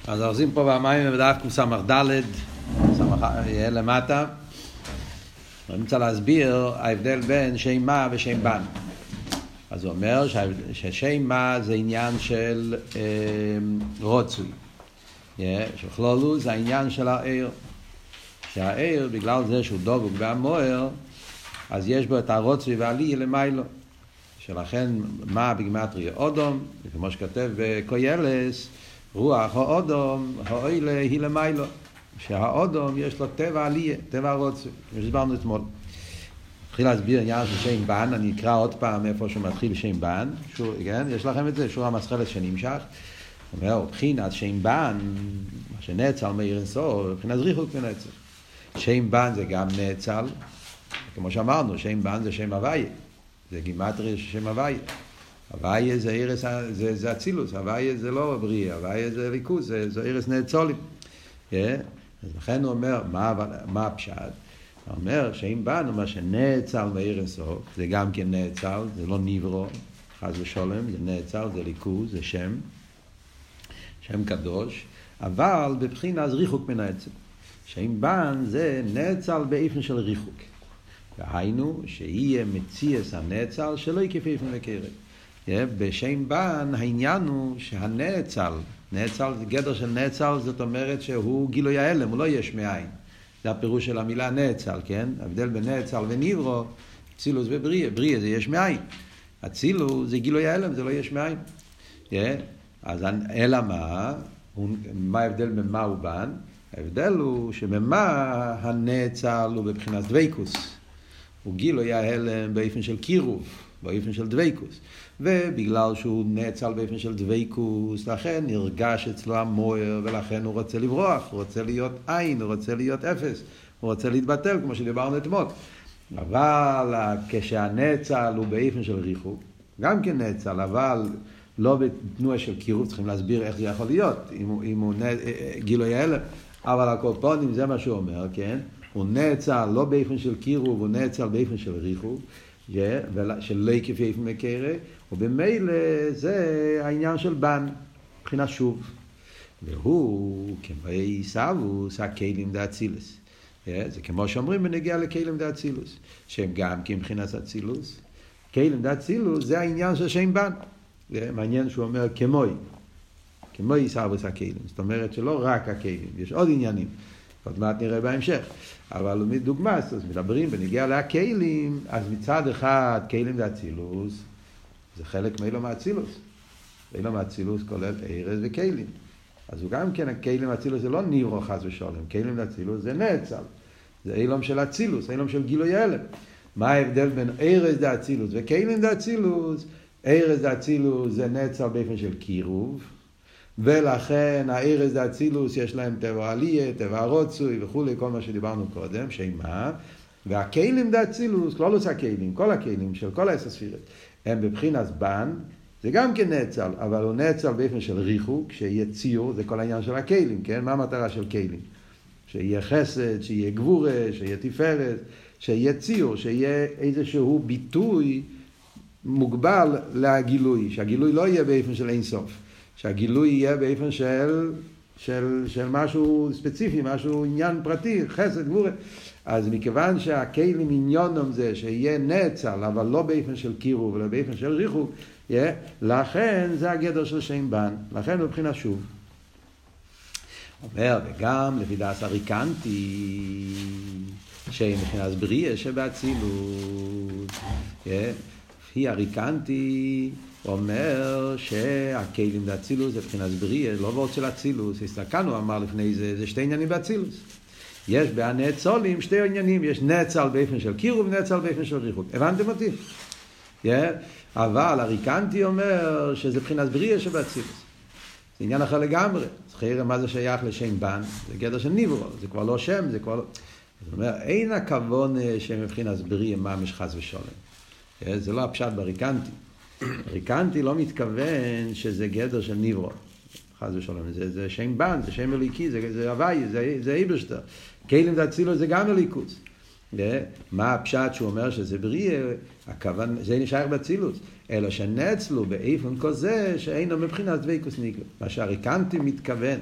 אז אוחזים פה במים בדף קס"ד, למטה. אני רוצה להסביר ההבדל בין שם מה ושם בן. אז הוא אומר ששם מה זה עניין של רוצוי. שכלולו זה העניין של העיר. שהעיר, בגלל זה שהוא דבוק והמוער, אז יש בו את הרוצוי והעלי למיילו. שלכן מה בגימטריה אודום, כמו שכתב בקוילס, רוח האודום, האוילה היא למיילו. שהאודום יש לו טבע עלייה, טבע רוצוי. הסברנו אתמול. התחיל להסביר עניין של שם בן, אני אקרא עוד פעם איפה שהוא מתחיל שם בן. כן? יש לכם את זה, שור המסחלת שנמשך. הוא אומר, בחינת שם בן, מה שנאצל מאיר אינסוף, בחינת ריחוק ונצח. שם בן זה גם נאצל, כמו שאמרנו, שם בן זה שם הוויה. זה גימטריה של שם הוויה. הוויה זה ערס, זה אצילוס, הוויה זה לא בריא, הוויה זה ליכוז, זה ערס נאצולים. אז לכן הוא אומר, מה הפשט? הוא אומר, שם בן הוא מה שנאצל מאיר אינסוף, זה גם כן נאצל, זה לא נברו, חס ושלום, זה נאצל, זה ליכוז, זה שם קדוש, אבל בבחינה אז ריחוק מן העצם. שם בן זה נאצל באיפן של ריחוק. והיינו שיהיה מציאס הנאצל שלא יקף איפן וקרב. בשם בן העניין הוא שהנאצל, נאצל זה גדר של נאצל, זאת אומרת שהוא גילוי ההלם, הוא לא יש מאין. זה הפירוש של המילה נאצל, כן? ההבדל בין נאצל ונברו, צילוס ובריא, בריא זה יש מאין. הצילוס זה גילוי ההלם, זה לא יש מאין. אז אלא מה ההבדל בין מה ובן? ההבדל הוא שבמה הנאצל הוא בבחינת דוויקוס. הוא גילוי ההלם באופן של קירוב, באופן של דוויקוס. ובגלל שהוא נאצל באופן של דוויקוס, לכן נרגש אצלו המוער, ולכן הוא רוצה לברוח, הוא רוצה להיות עין, הוא רוצה להיות אפס, הוא רוצה להתבטל, כמו שדיברנו אתמול. אבל כשהנאצל הוא באופן של ריחוק, גם כן נאצל, אבל לא בתנועה של קירוב, צריכים להסביר איך זה יכול להיות, אם הוא גילוי ההלם. אבל הקופונים זה מה שהוא אומר, כן? הוא נאצל לא באופן של קירוב, הוא נאצל באופן של ריחוק, של לא יקף איפן מקרה, ובמילא זה העניין של בן, מבחינה שוב. והוא כמי סבוס הכלים דאצילוס. זה כמו שאומרים בנגיע לכלים דאצילוס, שהם גם כמבחינת אצילוס. כלים דאצילוס זה העניין של שם בן. מעניין שהוא אומר כמוי סבוס הכלים. זאת אומרת שלא רק הכלים, יש עוד עניינים. עוד מעט נראה בהמשך. אבל מדוגמה, אז מדברים בנגיע להכלים, אז מצד אחד, כלים דאצילוס, זה חלק מאילו מאצילוס. מאילו מאצילוס כולל ארז וכלים. אז הוא גם כן, הכלים דאצילוס זה לא נברו חס ושלום. כלים דאצילוס זה נאצל. זה אילום של אצילוס, אילום של גילוי הלם. מה ההבדל בין ארז דאצילוס וכלים דאצילוס? ארז דאצילוס זה נאצל באופן של קירוב. ולכן הארז דאצילוס יש להם טבע עלייה, טבע רוצוי וכו', כל מה שדיברנו קודם, שמה, והכלים דאצילוס, כלולוס הכלים, כל הכלים של כל העשר ספירות, הם בבחינת בן, זה גם כן נאצל, אבל הוא נאצל באופן של ריחוק, שיהיה ציור, זה כל העניין של הכלים, כן? מה המטרה של כלים? שיהיה חסד, שיהיה גבורה, שיהיה תפארת, שיהיה ציור, שיהיה איזשהו ביטוי מוגבל לגילוי, שהגילוי לא יהיה באופן של אין סוף. שהגילוי יהיה באופן של משהו ספציפי, משהו עניין פרטי, חסד, גבורה. אז מכיוון שהכלים עניונם זה שיהיה נאצל, אבל לא באופן של קירוב, אלא באופן של ריחוק, לכן זה הגדר של שם בן, לכן הוא מבחינה שוב. אומר, וגם לפי דעת הריקנטי, שמבחינת בריא שבאצילות, היא הריקנטי, אומר שהכלים דאצילוס זה מבחינת בריא, לא ועוד של אצילוס, הסתכלנו, אמר לפני זה שתי עניינים באצילוס. יש בהנאצלים שתי עניינים, יש נאצל באופן של קירוב ונאצל באופן של ריחוק. הבנתם אותי? אבל הריקנטי אומר שזה מבחינת בריא שבאצילוס. זה עניין אחר לגמרי. זכירה מה זה שייך לשם בן, זה גדר של נברו, זה כבר לא שם, זה כבר לא... זאת אומרת, אין הכוון שמבחינת בריא ממש חס ושלום. זה לא הפשט בריקנטי. ריקנטי לא מתכוון שזה גדר של נברו, חס ושלום, זה שם בן, זה שם אליקי, זה הוואי, זה איברשטר. כלים דאצילוס זה גם אליקוס. מה הפשט שהוא אומר שזה בריא, הכוון, זה נשאר באצילוס, אלא שנאצלו באיפן כזה שאינו מבחינת דבקות ניגלה. מה שהריקנטי מתכוון,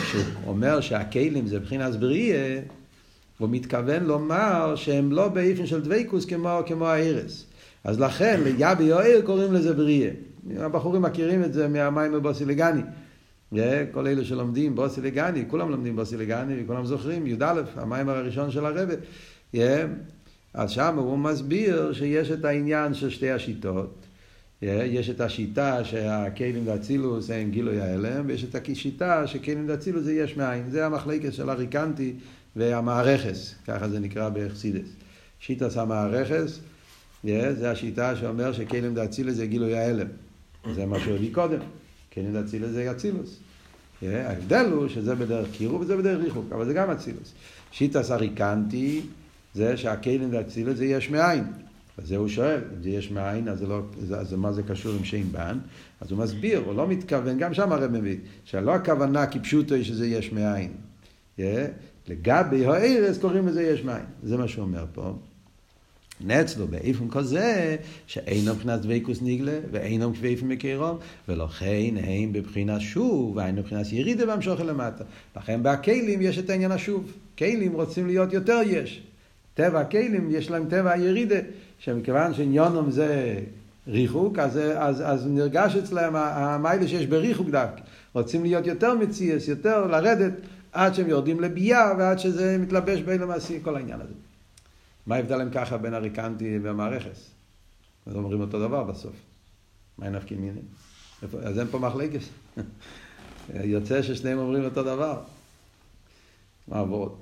שהוא אומר שהכלים זה בחינת בריאה, הוא מתכוון לומר שהם לא באופן של דבקות כמו הארץ. אז לכן ליבי או קוראים לזה בריאה. הבחורים מכירים את זה מהמים בבוסילגני. כל אלה שלומדים בוסילגני, כולם לומדים בוסילגני וכולם זוכרים, י"א, המים הראשון של הרב. אז שם הוא מסביר שיש את העניין של שתי השיטות. יש את השיטה שהכלים דאצילוס הם גילוי ההלם, ויש את השיטה שכלים דאצילוס זה יש מאין. זה המחלקת של הריקנטי והמערכס, ככה זה נקרא בחסידות. שיטת המערכס, זה השיטה שאומר שכלים דאצילוס זה גילוי ההלם. זה מה שהוא הביא קודם. כלים דאצילוס זה אצילוס. ההבדל הוא שזה בדרך קירוב וזה בדרך ריחוק, אבל זה גם אצילוס. שיטת הריקנטי זה שהכלים דאצילוס זה יש מאין. אז זה הוא שואל, אם זה יש מאין, אז מה זה קשור עם שם בן? אז הוא מסביר, הוא לא מתכוון, גם שם הרב מביא, שלא הכוונה כפשוטו שזה יש מאין. לגבי הארץ קוראים לזה יש מאין. זה מה שהוא אומר פה. נצלו באיפן כזה, שאינו מבחינת דבקות נגלה, ואינו באיפן מקרוב, ולכן הם בבחינת שוב, ואינו בבחינת ירידה והמשוך למטה. לכן בהכלים יש את העניין השוב. כלים רוצים להיות יותר יש. טבע הכלים יש להם טבע הירידה, שמכיוון שעניונם זה ריחוק, אז נרגש אצלם המיילה שיש בריחוק דווקא. רוצים להיות יותר מציאס, יותר לרדת, עד שהם יורדים לבייה, ועד שזה מתלבש בין המעשי, כל העניין הזה. מה ההבדל להם ככה בין הריקנטי והמערכס? אז אומרים אותו דבר בסוף. מה נפקא מינה? אז אין פה מחלקת. יוצא ששניהם אומרים אותו דבר. מה עבוד?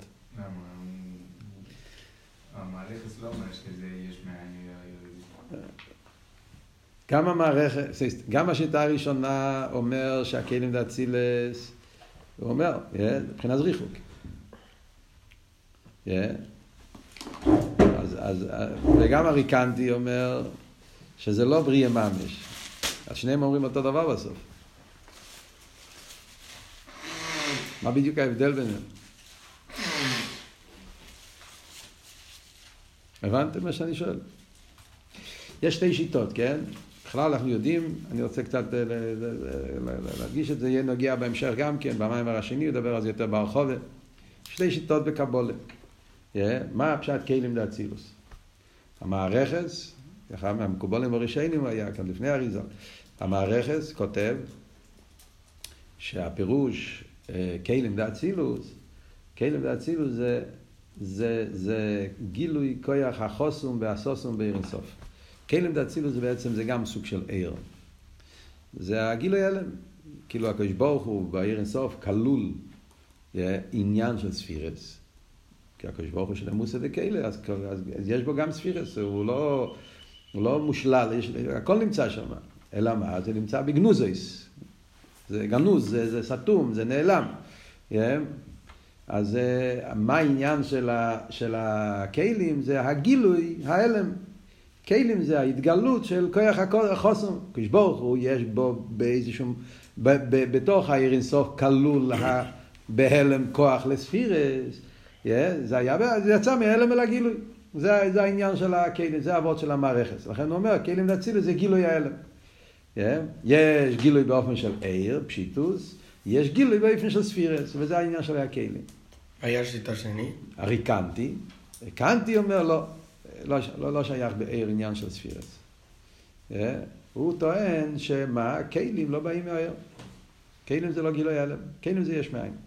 המערכת לא אומר שזה יש מעין. גם המערכת, גם השיטה הראשונה אומר שהכלים דאצילס, הוא אומר, מבחינת ריחוק. וגם הריקנטי אומר שזה לא בריאה ממש. אז שניהם אומרים אותו דבר בסוף. מה בדיוק ההבדל ביניהם? הבנתם מה שאני שואל? יש שתי שיטות, כן? בכלל אנחנו יודעים, אני רוצה קצת להדגיש את זה, יהיה נוגע בהמשך גם כן, במים השני, ידבר על זה יותר ברחוב. שתי שיטות בקבולה. מה הפשט כלים דאצילוס? המערכס, אחד מהמקובולים הראשונים היה כאן לפני אריזל, המערכס כותב שהפירוש כלים דאצילוס, כלים דאצילוס זה גילוי כוח החוסום והסוסום בעיר אינסוף. כלים דאצילוס זה בעצם זה גם סוג של עיר. זה הגילוי הלם. כאילו הקדוש ברוך הוא בעיר אינסוף כלול עניין של ספירס. כי הקדוש ברוך הוא של המוסה וכאלה, אז יש בו גם ספירס, הוא לא מושלל, הכל נמצא שם. אלא מה? זה נמצא בגנוזויס. זה גנוז, זה סתום, זה נעלם. אז מה העניין של הכלים? זה הגילוי, ההלם. כלים זה ההתגלות של כוח החוסם. הקדוש ברוך הוא יש בו באיזשהו, בתוך העיר אינסוף כלול בהלם כוח לספירס. זה יצא מהלם אל הגילוי. זה העניין של הכלים, זה העבוד של המערכת. לכן הוא אומר, כלים דאצילוס זה גילוי ההלם. יש גילוי באופן של עיר, פשיטוס, יש גילוי באופן של ספירס, וזה העניין של הכלים. היה שיטה שני? הריקנטי. ריקנטי אומר לא שייך בעיר עניין של ספירס. הוא טוען שמה? כלים לא באים מהעיר. כלים זה לא גילוי ההלם. כלים זה יש מאין.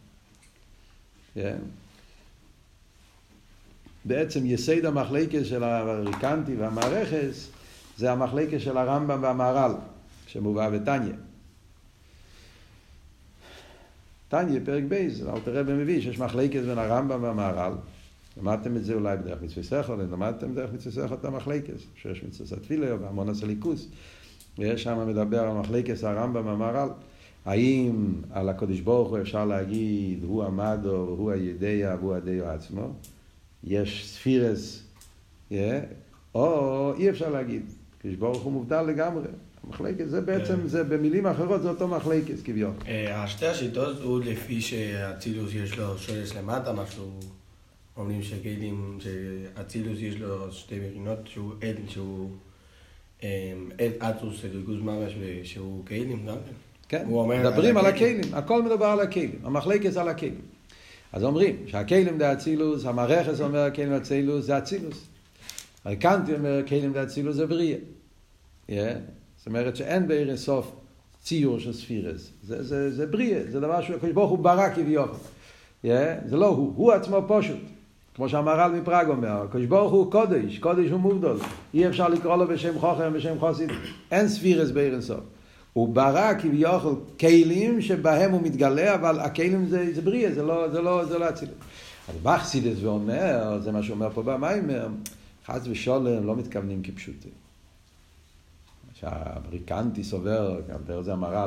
בעצם יסוד המחלקת של הריקנטי והמערכס זה המחלקת של הרמב"ם והמהר"ל שמובא בתניא. תניא פרק בייז, אלתר רבי מביא שיש מחלקת בין הרמב"ם והמהר"ל. למדתם את זה אולי בדרך מצווה שכל, למדתם בדרך מצווה שכל את המחלקת, שיש מצווה תפילה והמונס הליכוס, ויש שם מדבר על מחלקת הרמב"ם והמהר"ל. האם על הקדוש ברוך הוא אפשר להגיד הוא המדו והוא הידיע והוא הדיו עצמו? יש ספירס, או אי אפשר להגיד, הקדוש ברוך הוא מובדל לגמרי. המחלקת זה בעצם, זה במילים אחרות זה אותו מחלקת כביכול. השתי השיטות הוא לפי שהאצילוס יש לו שורש למטה, משהו אומרים שכלים, שהאצילוס יש לו שתי בחינות, שהוא עד, שהוא עד אצוס, אלוקות ממש, ושהוא כלים גם כן. כן? הוא אומר מדברים על על הכלים. הכלים, הכל מדבר על הכלים, המחלקת על הכלים. אז אומרים שהכלים זה אצילוס, המערכת אומר הכלים אצילוס זה אצילוס. הריקנטי אומר כלים זה אצילוס זה בריאה. זאת אומרת שאין בעיר סוף ציור של ספירס. זה בריאה, זה דבר שהוא, ברוך הוא ברא כביכול. זה לא הוא עצמו פשוט. כמו שהמהר"ל מפראג אומר, ברוך הוא קודש, קודש הוא מובדל. אי אפשר לקרוא לו בשם חוכם, בשם חסיד. אין ספירס בעיר סוף. הוא ברא כביכול כלים שבהם הוא מתגלה, אבל הכלים זה בריאה, זה לא אצילות. אז בחסידס ואומר, זה מה שהוא אומר פה במיימר, חס ושלום לא מתכוונים כפשוטים. שהבריקנטי סובר, גם דרך זה המהר"ל,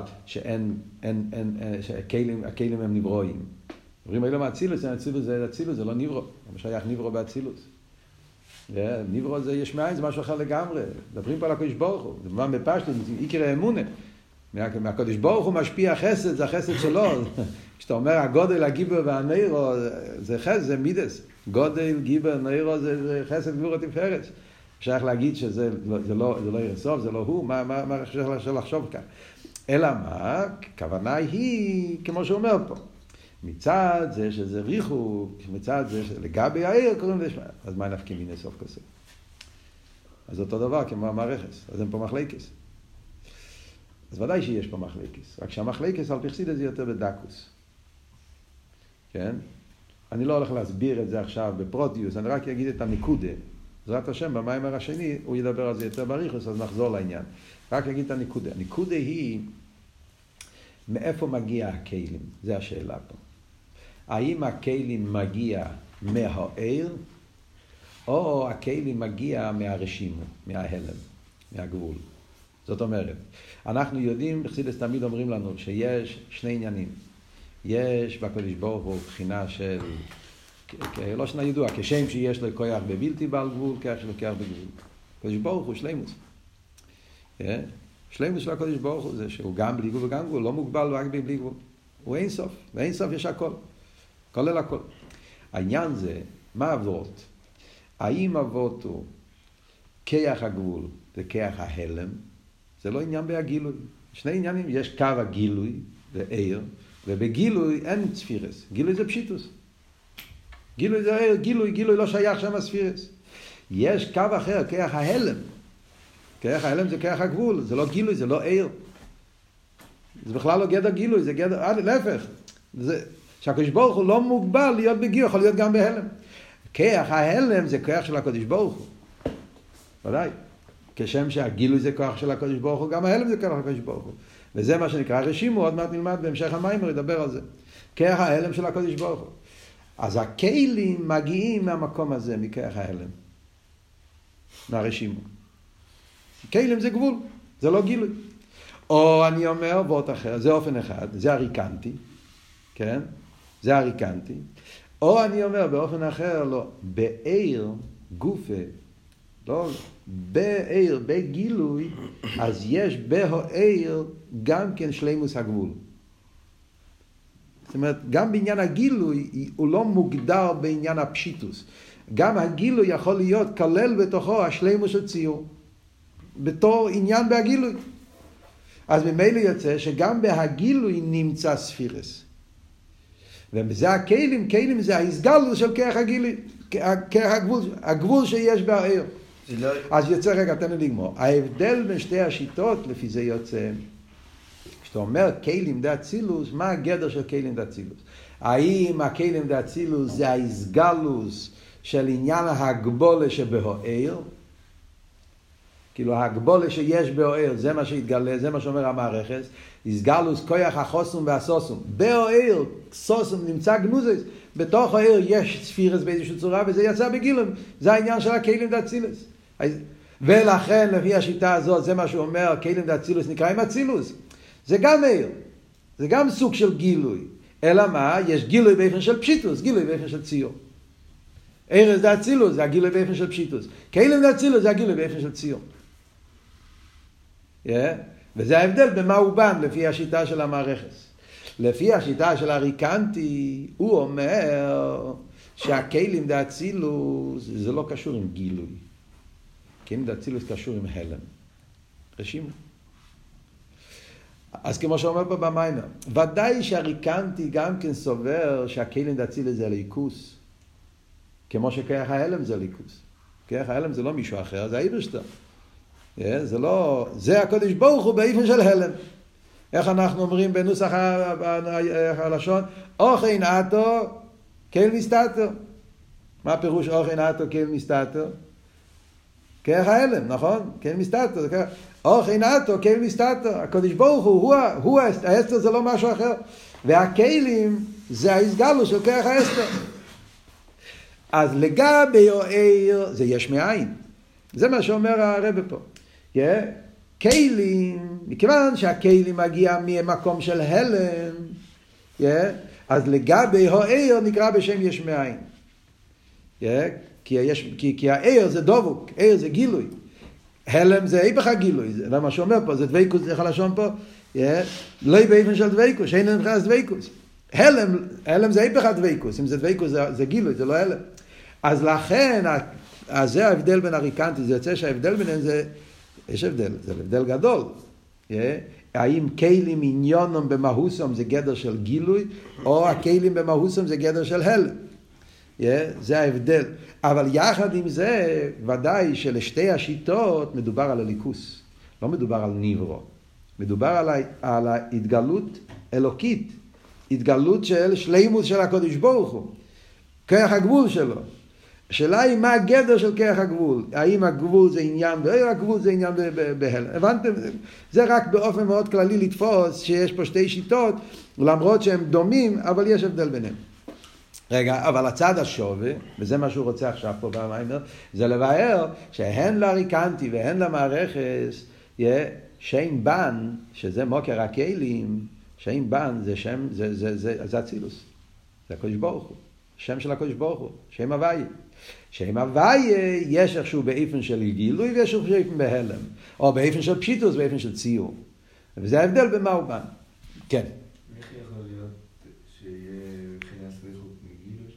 שהכלים הם נברואים. אומרים אילו מאצילוס, זה אצילוס, זה לא נברו. לא שייך נברו באצילוס. נברו זה יש מאין, זה משהו אחר לגמרי. מדברים פה על הקדוש ברוך הוא. זה ממש בפשטות, זה עיקר האמונה. מהקדוש ברוך הוא משפיע חסד, זה החסד שלו. כשאתה אומר הגודל, הגיבר והנאירו, זה חסד, זה מידס. גודל, גיבר, נאירו, זה חסד גבורת תפארת. אפשר להגיד שזה לא ירסוף, זה לא הוא, מה אפשר לחשוב כאן? אלא מה? הכוונה היא, כמו שהוא אומר פה, מצד זה שזה ריחוק, מצד זה לגבי העיר קוראים לזה, אז מה נפקים הנה סוף כסף? אז אותו דבר כמו המערכס, אז אין פה מחלקס. אז ודאי שיש פה מחלקס, רק שהמחלקס על פחסיד זה יותר בדקוס. כן? אני לא הולך להסביר את זה עכשיו בפרוטיוס, אני רק אגיד את הנקודה. בעזרת השם, במיימר השני, הוא ידבר על זה יותר בריחוס, אז נחזור לעניין. רק אגיד את הנקודה. הנקודה היא, מאיפה מגיע הכלים? זה השאלה פה. האם הכלים מגיע מהעיר, או הכלים מגיע מהרשימו, מההלם, מהגבול? זאת אומרת, אנחנו יודעים, בחסידות תמיד אומרים לנו, שיש שני עניינים. יש בקדוש ברוך הוא בחינה של, לא שנה ידוע, כשם שיש לו כוח בבלתי בעל גבול, כך שלו כוח בגבול. הקדוש ברוך הוא שלימוס. שלימוס של הקדוש ברוך הוא זה שהוא גם בלי גבול וגם גבול, לא מוגבל רק בלי גבול. הוא אין סוף, ואין סוף יש הכל. כולל הכל. העניין זה, מה אבות? האם אבות הוא כיח הגבול וכיח ההלם? זה לא עניין בהגילוי. שני עניינים, יש קו הגילוי ועיר, ובגילוי אין ספירס. גילוי זה פשיטוס. גילוי זה עיר, גילוי לא שייך שם הספירס. יש קו אחר, כיח ההלם. כיח ההלם זה כיח הגבול, זה לא גילוי, זה לא עיר. זה בכלל לא גדר גילוי, זה גדר, להפך. שהקדוש ברוך הוא לא מוגבל להיות בגילוי, יכול להיות גם בהלם. כיח ההלם זה כיח של הקדוש ברוך הוא. ודאי. כשם שהגילוי זה כוח של הקדוש ברוך הוא, גם ההלם זה כוח של הקדוש ברוך הוא. וזה מה שנקרא רשימו, עוד מעט נלמד בהמשך המיימר, ידבר על זה. כיח ההלם של הקדוש ברוך הוא. אז הכלים מגיעים מהמקום הזה, מכיח ההלם. מהרשימו. כלים זה גבול, זה לא גילוי. או אני אומר, ואות אחר, זה אופן אחד, זה הריקנטי, כן? זה הריקנטי. או אני אומר, באופן אחר, לא, בעיר, גופה, לא, בעיר, בגילוי, אז יש בהעיר גם כן שלימוס הגבול. זאת אומרת, גם בעניין הגילוי, הוא לא מוגדר בעניין הפשיטוס. גם הגילוי יכול להיות כלל בתוכו השלימוס של ציור. בתור עניין בהגילוי. אז ממילא יוצא שגם בהגילוי נמצא ספירס. ובזה הכלים, כלים זה ההסגלות של כרך הגילוי, כרך הגבול שיש בעיר. אז יוצא, רגע, תן לי לגמור. ההבדל בין שתי השיטות, לפי זה יוצא, כשאתה אומר כלים דאצילוס, מה הגדר של כלים דאצילוס? האם הכלים דאצילוס זה ההסגלוס של עניין ההגבולה שבהעיר? כאילו ההגבולה שיש בהעיר, זה מה שהתגלה, זה מה שאומר המערכת, הסגלוס כוח החוסום והסוסום. בהעיר, סוסום נמצא גנוזס, בתוך העיר יש ספירס באיזושהי צורה, וזה יצא בגילום. זה העניין של הכלים דאצילוס. ולכן, לפי השיטה הזאת, זה מה שהוא אומר, כלים דאצילוס נקראים אצילוס. זה גם עיר. זה גם סוג של גילוי. אלא מה? יש גילוי באופן של פשיטוס, גילוי באופן של ציור. עיר דאצילוס זה הגילוי באופן של פשיטוס. כלים דאצילוס זה הגילוי באופן של ציור. וזה ההבדל במה הוא בן, לפי השיטה של המערכת. לפי השיטה של הריקנטי, הוא אומר שהכלים דאצילוס זה לא קשור עם גילוי. כלים דאצילוס קשור עם הלם. רשימו. אז כמו שאומר פה במיימר, ודאי שהריקנטי גם כן סובר שהכלים דאצילס זה ליכוס, כמו שכיח ההלם זה ליכוס. כיח ההלם זה לא מישהו אחר, זה האיברשטר. זה לא, זה הקודש ברוך הוא באיפן של הלם. איך אנחנו אומרים בנוסח הלשון? אוכן אתו כל מסתתר. מה פירוש אוכן אתו כל מסתתר? כיח ההלם, נכון? כל מסתתר. אוכן אתו כל מסתתר. הקודש ברוך הוא האסתר זה לא משהו אחר. והכלים זה ההסגלו של כיח האסתר. אז לגבי העיר זה יש מאין. זה מה שאומר הרב פה. כלים, מכיוון שהכלים מגיע ממקום של הלם, אז לגבי העיר נקרא בשם יש מאין. כי העיר זה דבוק, העיר זה גילוי. הלם זה היפך הגילוי, זה מה שאומר פה, זה דבקוס, זה חלשון פה, לא באופן של דבקוס, שאין מבחינת דבקוס. הלם זה היפך הדבקוס, אם זה דבקוס זה גילוי, זה לא הלם. אז לכן, אז זה ההבדל בין הריקנטי, זה יוצא שההבדל ביניהם זה, יש הבדל, זה הבדל גדול. האם כלים עניונם במהוסם זה גדר של גילוי, או הכלים במהוסם זה גדר של הלם. זה ההבדל. אבל יחד עם זה, ודאי שלשתי השיטות מדובר על הליכוס. לא מדובר על ניברו. מדובר על ההתגלות אלוקית. התגלות של שלימות של הקודש ברוך הוא. כיח הגבול שלו. השאלה היא מה הגדר של כיח הגבול. האם הגבול זה עניין בהר, הגבול זה עניין בהלם. הבנתם? זה רק באופן מאוד כללי לתפוס שיש פה שתי שיטות, למרות שהם דומים, אבל יש הבדל ביניהם. רגע, אבל הצד השווה, וזה מה שהוא רוצה עכשיו פה במיימר, זה לבאר שהן לריקנטי והן למערכס, שאין בן, שזה מוקר הכלים, שאין בן זה שם, זה אצילוס. זה הקודש ברוך הוא. שם של הקודש ברוך הוא. שם הוויה. שם הוויה יש איכשהו באיפן של גילוי ויש איכשהו באיפן בהלם. או באיפן של פשיטוס, באיפן של ציור. וזה ההבדל בין מה הוא בן. כן. איך יכול להיות שיהיה מבחינת ריחוק מגילוי?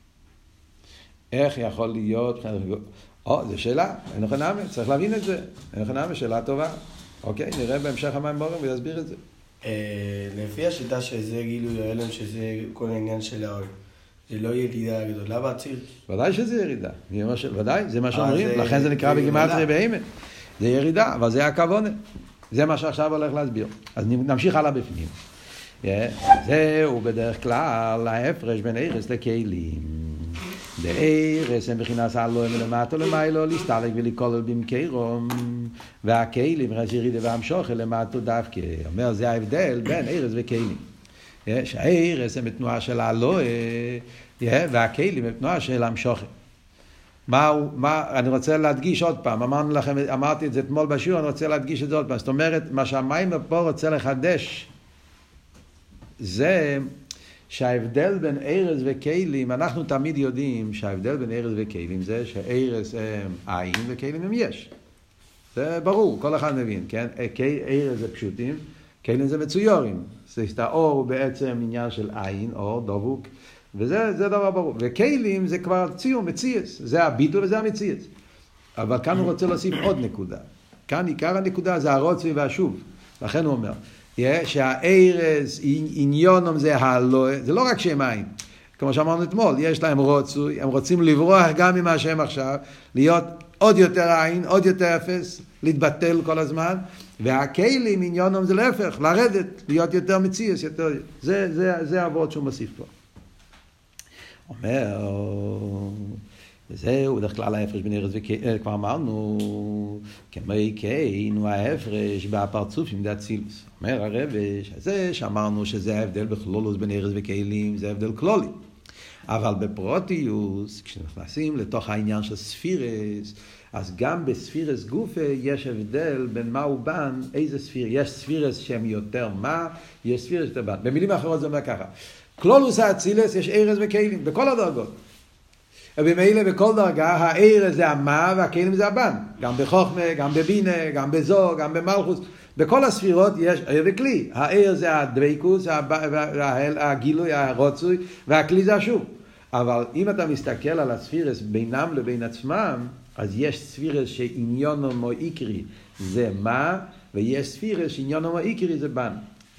איך יכול להיות? זו שאלה. אין לך נאמה, צריך להבין את זה. אין לך נאמה, שאלה טובה. אוקיי, נראה בהמשך המיימורים ויסביר את זה. לפי השיטה שזה גילוי ההלם, שזה כל העניין של האור, זה לא ירידה גדולה באציל? ודאי שזה ירידה. ודאי, זה מה שאומרים. לכן זה נקרא בגימטריה בהימן. זה ירידה, אבל זה הכוונה. זה מה שעכשיו הולך להסביר. אז נמשיך הלאה בפנים. זהו בדרך כלל ההפרש בין ערס לכלים. בערס הם בכינס הלוהם למטה למיילו להסתלק ולכולל במקרום, והכלים רז ירידה והמשוך למטה דווקא. אומר זה ההבדל בין ערס וכלים. שהערס הם בתנועה של הלוה והכלים הם בתנועה של המשוך. אני רוצה להדגיש עוד פעם, אמרתי את זה אתמול בשיעור, אני רוצה להדגיש את זה עוד פעם. זאת אומרת, מה שהמיימר פה רוצה לחדש זה שההבדל בין ערס וכלים, אנחנו תמיד יודעים שההבדל בין ערס וכלים זה שערס הם עין וכלים הם יש. זה ברור, כל אחד מבין, כן? ערס זה פשוטים, כלים זה מצויורים. האור הוא בעצם עניין של עין, אור, דבוק, וזה דבר ברור. וכלים זה כבר ציור, מציאס. זה הביטול וזה המציאס. אבל כאן הוא רוצה להוסיף עוד נקודה. כאן עיקר הנקודה זה הרוצוי והשוב. לכן הוא אומר, שהערס, עניונם זה הלוה, זה לא רק שם עין. כמו שאמרנו אתמול, יש להם רוצוי, הם רוצים לברוח גם ממה שהם עכשיו, להיות עוד יותר עין, עוד יותר אפס, להתבטל כל הזמן, והכלים עניונם זה להפך, לרדת, להיות יותר מציאס, יותר... זה העבוד שהוא מוסיף פה. אומר, וזהו, בדרך כלל ההפרש בין ערס וכלים, כבר אמרנו, כמי כן, ההפרש בפרצופים דאצילוס. אומר הרבש, זה שאמרנו שזה ההבדל בכלולוס בין ערס וכלים, זה הבדל כלולי. אבל בפרוטיוס, כשנכנסים לתוך העניין של ספירס, אז גם בספירס גופה יש הבדל בין מה הוא בן, איזה ספיר. יש ספירס שהם יותר מה, יש ספירס יותר בן. במילים אחרות זה אומר ככה. כלולוס האצילס יש ערס וכלים, בכל הדרגות. ובמילא בכל דרגה, הערס זה המה והכלים זה הבן. גם בחוכמה, גם בבינה, גם בזו, גם במלכוס. בכל הספירות יש ער וכלי. הער זה הדבקוס, הגילוי, הרוצוי, והכלי זה השוב. אבל אם אתה מסתכל על הספירס בינם לבין עצמם, אז יש ספירס שעניונו מו עיקרי זה מה, ויש ספירס שעניונו מו עיקרי זה בן.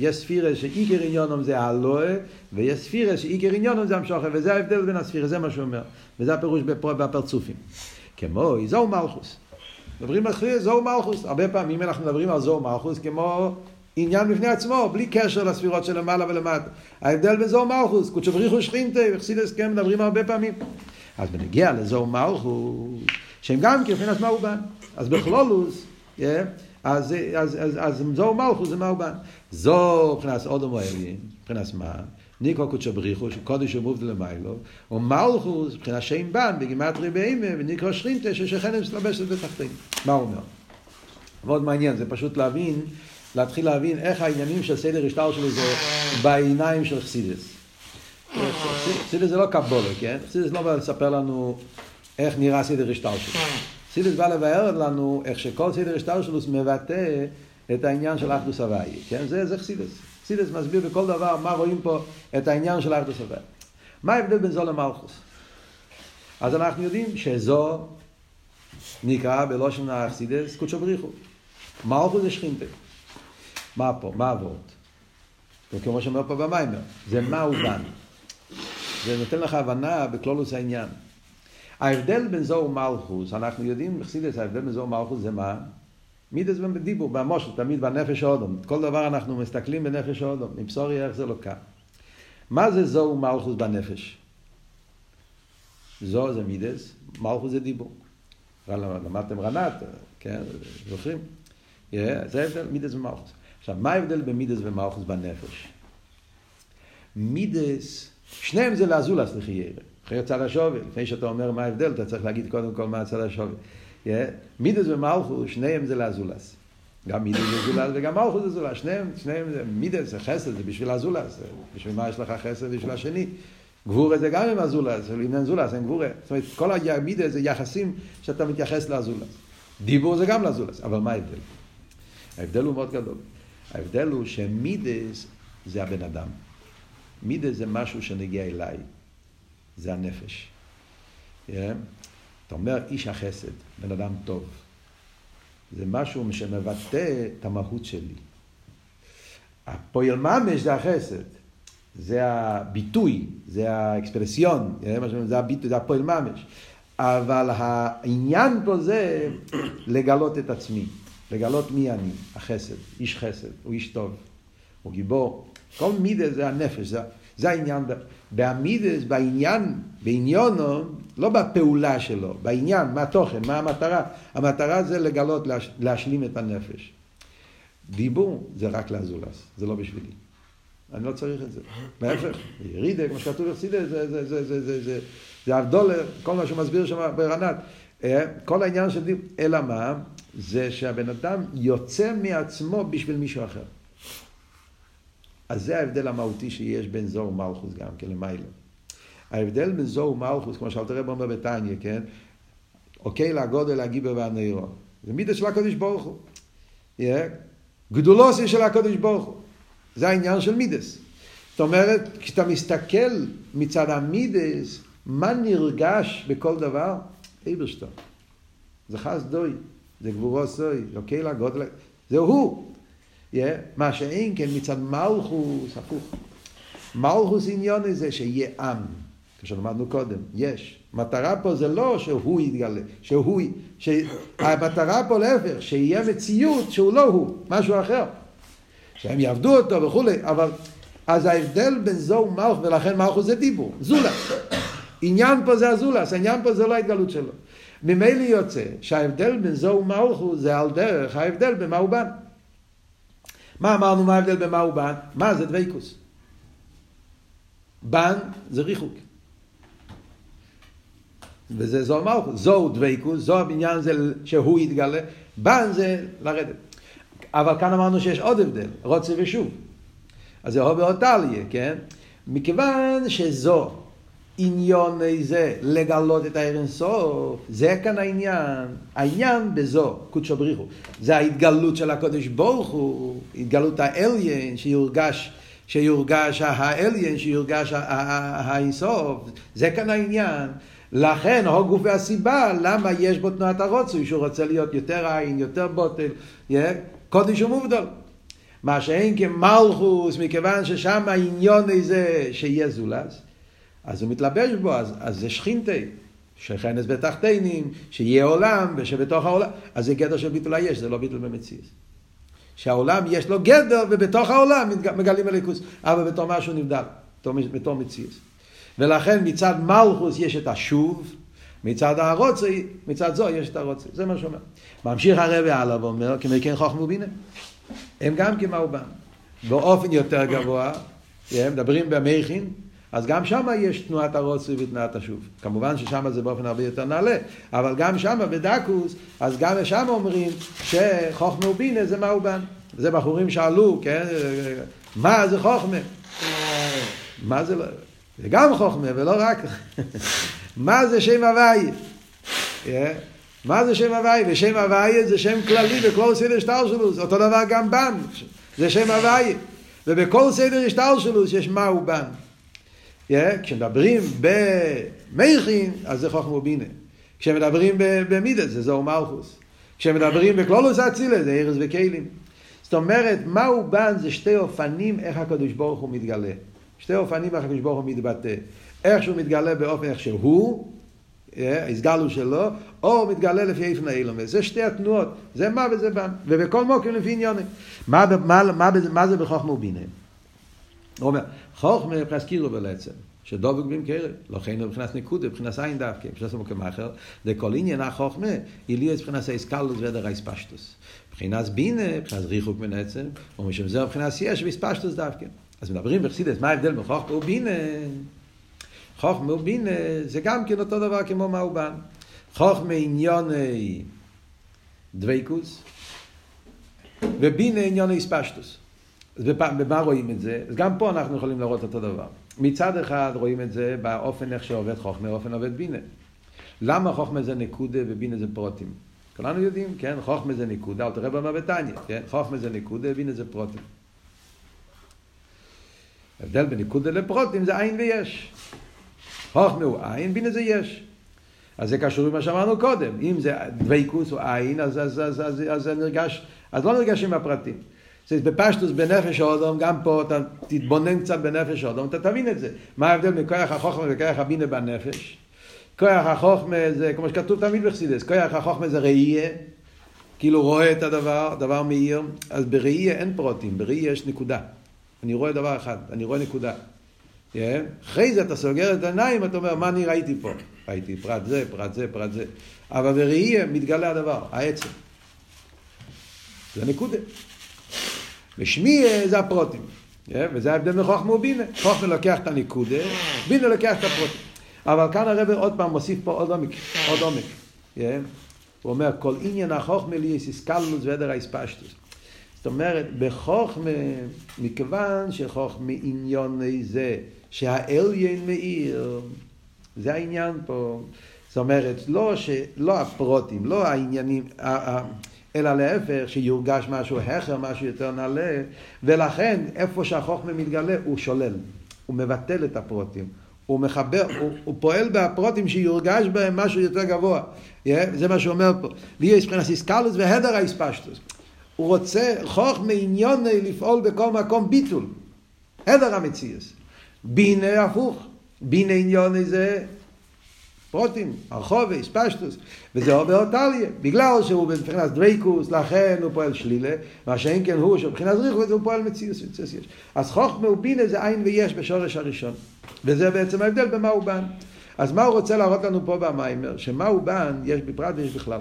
יש ספירה שעיקר עניונם זה הלואה, ויש ספירה שעיקר עניונם זה המשוכן, וזה ההבדל בין הספירה, זה מה שהוא אומר. וזה הפירוש בפרצופים. כמו זוהו מלכוס. מדברים על זוהו מלכוס. הרבה פעמים אנחנו מדברים על זוהו מלכוס כמו עניין בפני עצמו, בלי קשר לספירות של למעלה ולמטה. ההבדל בין זוהו מלכוס, קודשא בריך הוא שכינתה, וחסידות כן מדברים הרבה פעמים. אז בנגיע לזוהו מלכוס, שהם גם כבחינת מאובן. אז בכלולוס, אז זוהו מלכוס זה מאובן. זו מבחינת אודום ואלין, מבחינת מה? ניקרא קודשא בריך הוא שקודש ומובדל למיילו, ומלכוס מבחינת שם בן בגימטריה באימה, וניקרא שכינתה ששכן מתלבשת בתחתינו. מה הוא אומר? מאוד מעניין, זה פשוט להתחיל להבין איך העניינים של סדר השטר שלו זה בעיניים של חסידס. חסידס זה לא קבולה, כן? חסידס לא בא לספר לנו איך נראה סדר השטר שלו. חסידס בא לבאר לנו איך שכל סדר השטר שלו מבטא את העניין של אחדוס הוויה, כן? זה חסידס. חסידס מסביר בכל דבר מה רואים פה את העניין של אחדוס הוויה. מה ההבדל בין זו למלכוס? אז אנחנו יודעים שזו נקרא בלושן החסידס קודשא בריך הוא. מלכוס זה שכינתה. מה פה? מה עבוד? כמו שאומר פה במיימר, זה מה הוא בן. זה נותן לך הבנה בכלולוס העניין. ההבדל בין זו ומלכוס, אנחנו יודעים בחסידס, ההבדל בין זו ומלכוס זה מה? מידס בדיבור, במושל, תמיד בנפש האודום. כל דבר אנחנו מסתכלים בנפש האודום. מבשורי איך זה לא כאן. מה זה זו ומלכוס בנפש? זו זה מידס, מלכוס זה דיבור. למדתם רנת, כן? זוכרים? זה ההבדל, מידס ומלכוס. עכשיו, מה ההבדל במידס ומלכוס בנפש? מידס, שניהם זה לאזולס לחיירה. אחרי הצד השובל, לפני שאתה אומר מה ההבדל, אתה צריך להגיד קודם כל מה הצד השובל. מידס ומלכוס, שניהם זה לאזולס. גם מידס זה זולס וגם מלכוס זה זולס. שניהם זה מידס, זה חסד, זה בשביל הזולס. בשביל מה יש לך חסד בשביל השני? גבורה זה גם עם הזולס, אם אין זולס, אין גבורה. זאת אומרת, כל המידס זה יחסים שאתה מתייחס לאזולס. דיבור זה גם לאזולס, אבל מה ההבדל? ההבדל הוא מאוד גדול. ההבדל הוא שמידס זה הבן אדם. מידס זה משהו שנגיע אליי. זה הנפש. אתה אומר איש החסד, בן אדם טוב. זה משהו שמבטא את המהות שלי. הפועל ממש זה החסד. זה הביטוי, זה האקספרסיון, זה הביטוי, זה הפועל ממש. אבל העניין פה זה לגלות את עצמי. לגלות מי אני, החסד, איש חסד, הוא איש טוב, הוא גיבור. כל מידה זה הנפש, זה העניין. בעמידס, בעניינו, לא בפעולה שלו, בעניין, מה התוכן, מה המטרה. המטרה זה לגלות, להשלים את הנפש. דיבור זה רק לאזולס, זה לא בשבילי. אני לא צריך את זה. בהפך, ירידה, כמו שכתוב יחסידה, זה הבדולר, כל מה שהוא מסביר שם ברנת. כל העניין של דיבור, אלא מה? זה שהבן אדם יוצא מעצמו בשביל מישהו אחר. אז זה ההבדל המהותי שיש בין זו ומלכוס גם כן למיילו. ההבדל בין זו ומלכוס, כמו שאלת הרב אומר בתניא, כן? אוקיי, לגודל, הגיבר והנעירו. זה מידה של הקדוש ברוך הוא. גדולוסי של הקדוש ברוך הוא. זה העניין של מידס. זאת אומרת, כשאתה מסתכל מצד המידס, מה נרגש בכל דבר? איברשטו. זה חסדוי, זה גבורוסוי, אוקיי, לגודל, זה הוא. מה שאין כן מצד מלכוס, הפוך. מלכוס עניון הזה שיהיה עם, כשלמדנו קודם, יש. מטרה פה זה לא שהוא יתגלה, המטרה פה להפך, שיהיה מציאות שהוא לא הוא, משהו אחר. שהם יעבדו אותו וכו'. אבל אז ההבדל בין זו ומלכוס, ולכן מלכוס זה דיבור, זולס. עניין פה זה הזולס, העניין פה זה לא ההתגלות שלו. ממילא יוצא שההבדל בין זו ומלכוס זה על דרך ההבדל במה הוא בן. מה אמרנו מה ההבדל במה הוא בן? מה זה דוויקוס? בן זה ריחוק. וזה זו מלכוס. זו דוויקוס, זו הבניין זה שהוא יתגלה, בן זה לרדת. אבל כאן אמרנו שיש עוד הבדל, רוצה ושוב. אז זה הובר אותליה, כן? מכיוון שזו עניון איזה לגלות את העיר אינסוף, זה כאן העניין. העניין בזו, קודשא בריך הוא. זה ההתגלות של הקדוש ברוך הוא, התגלות האליין שיורגש האליין, שיורגש האינסוף. זה כאן העניין. לכן, הוא גוף והסיבה, למה יש בו תנועת הרוצוי, שהוא רוצה להיות יותר עין, יותר בוטל, קודש ומובדל. מה שאין כמלכוס, מכיוון ששם העניון הזה שיהיה זולז, אז הוא מתלבש בו, אז זה שכינתי, שכנס בתחתינים, שיהיה עולם, ושבתוך העולם, אז זה גדר של ביטול היש, זה לא ביטול במציאות. שהעולם יש לו גדר, ובתוך העולם מגלים הליכוס, אבל בתור משהו נבדל, בתור מציאות. ולכן מצד מלכוס יש את השוב, מצד הרוצי, מצד זו יש את הרוצי. זה מה שאומר. ממשיך הרב הלאה ואומר, כמכן חוכמה ובינה. הם גם כמאובן. באופן יותר גבוה, הם מדברים במכין, אז גם שם יש תנועת הרוצי ותנועת השוב. כמובן ששם זה באופן הרבה יותר נעלה, אבל גם שם בדקוס, אז גם שם אומרים שחוכמה ובינה זה מאובן. זה בחורים שאלו, כן? מה זה חוכמה? מה זה לא... זה גם חוכמה, ולא רק... מה זה שם הוואי? מה זה שם הוואי? ושם הוואי זה שם כללי בכל סדר שטר שלו. זה אותו דבר גם בן. זה שם הוואי. ובכל סדר שטר שלו יש מהו בן. כשמדברים במכין, אז זה חוכמה ובינה. כשמדברים במידס, זה זוהר מלכוס. כשמדברים בכלולוס אצילה, זה ארז וכלים. זאת אומרת, מהו בן זה שתי אופנים איך הקדוש ברוך הוא מתגלה. שתי אופנים איך הקדוש ברוך הוא מתבטא. איך שהוא מתגלה באופן איך שהוא, הסגלו שלו, או מתגלה לפי איפן האילום. זה שתי התנועות, זה מה וזה בן. ובכל מוקרים לפי עניונים. מה זה בחוכמה ובינה? הוא אומר, חוכמה מבחינת קירוב בעצם, שדבק במקרב, לכן הוא מבחינת נקודה, מבחינת עין דווקא, מבחינת מוקם אחר, דכל עניין החוכמה, היא מבחינת ההסקלוס ודר ההספשטוס. מבחינת בינה, מבחינת ריחוק בעצם, ומשום זה מבחינת יש והספשטוס דווקא. אז מדברים בחסידות, מה ההבדל בין חוכמה ובינה? חוכמה ובינה זה גם כן אותו דבר כמו מאובן. חוכמה עניוני דוויקוס, ובינה עניוני הספשטוס. אז במה רואים את זה? אז גם פה אנחנו יכולים לראות אותו דבר. מצד אחד רואים את זה באופן איך שעובד חוכמה, באופן עובד בינה. למה חוכמה זה נקודה ובינה זה פרוטים? כולנו יודעים, כן? חוכמה זה נקודה, אל תראה במה בתניא, כן? חוכמה זה נקודה, בינה זה פרוטים. ההבדל בין נקודה לפרוטים זה עין ויש. חוכמה הוא עין, בינה זה יש. אז זה קשור למה שאמרנו קודם. אם זה דוויקוס או עין, אז נרגש, אז לא נרגשים הפרטים. בפשטוס בנפש האדם, גם פה אתה תתבונן קצת בנפש האדם, אתה תבין את זה. מה ההבדל מכוח החוכמה וכוח הבינה בנפש? כוח החוכמה זה, כמו שכתוב תמיד בחסידות, כוח החוכמה זה ראייה, כאילו רואה את הדבר, דבר מאיר, אז בראייה אין פרוטים, בראייה יש נקודה. אני רואה דבר אחד, אני רואה נקודה. אחרי זה אתה סוגר את העיניים, אתה אומר, מה אני ראיתי פה? ראיתי פרט זה, פרט זה, פרט זה. אבל בראייה מתגלה הדבר, העצם. זה נקודה. ושמי זה הפרוטים. וזה ההבדל מחוכמה ובינה. חוכמה לוקח את הנקודה, בינה לוקח את הפרוטים. אבל כאן הרב עוד פעם מוסיף פה עוד עומק. הוא אומר, כל עניין החוכמה לי יש הסקלוס ודר ההספשטוס. זאת אומרת, בחוכמה, מכיוון שחוכמה עניון זה, שהאליין מאיר, זה העניין פה. זאת אומרת, לא הפרוטים, לא העניינים, אלא להפך, שיורגש משהו אחר, משהו יותר נעלה, ולכן, איפה שהחוכמה מתגלה, הוא שולל, הוא מבטל את הפרוטים, הוא מחבר, הוא פועל בפרוטים שיורגש בהם משהו יותר גבוה. זה מה שהוא אומר פה. ויש מבחינת הסקלוס והדר ההספשטוס. הוא רוצה חוכמה עניון לפעול בכל מקום ביטול. הדר המציאס. בינה הפוך. בינה עניון זה פרוטים, הרחוב, הספשטוס. וזה עובר טליה. בגלל שהוא מבחינת דוויקוס, לכן הוא פועל שלילה. מה שאין כן הוא, שבחינת ריחוק הוא פועל מציאס. אז חוכמה ובינה זה עין ויש בשורש הראשון. וזה בעצם ההבדל במה הוא בן. אז מה הוא רוצה להראות לנו פה במיימר? שמה הוא בן יש בפרט ויש בכלל.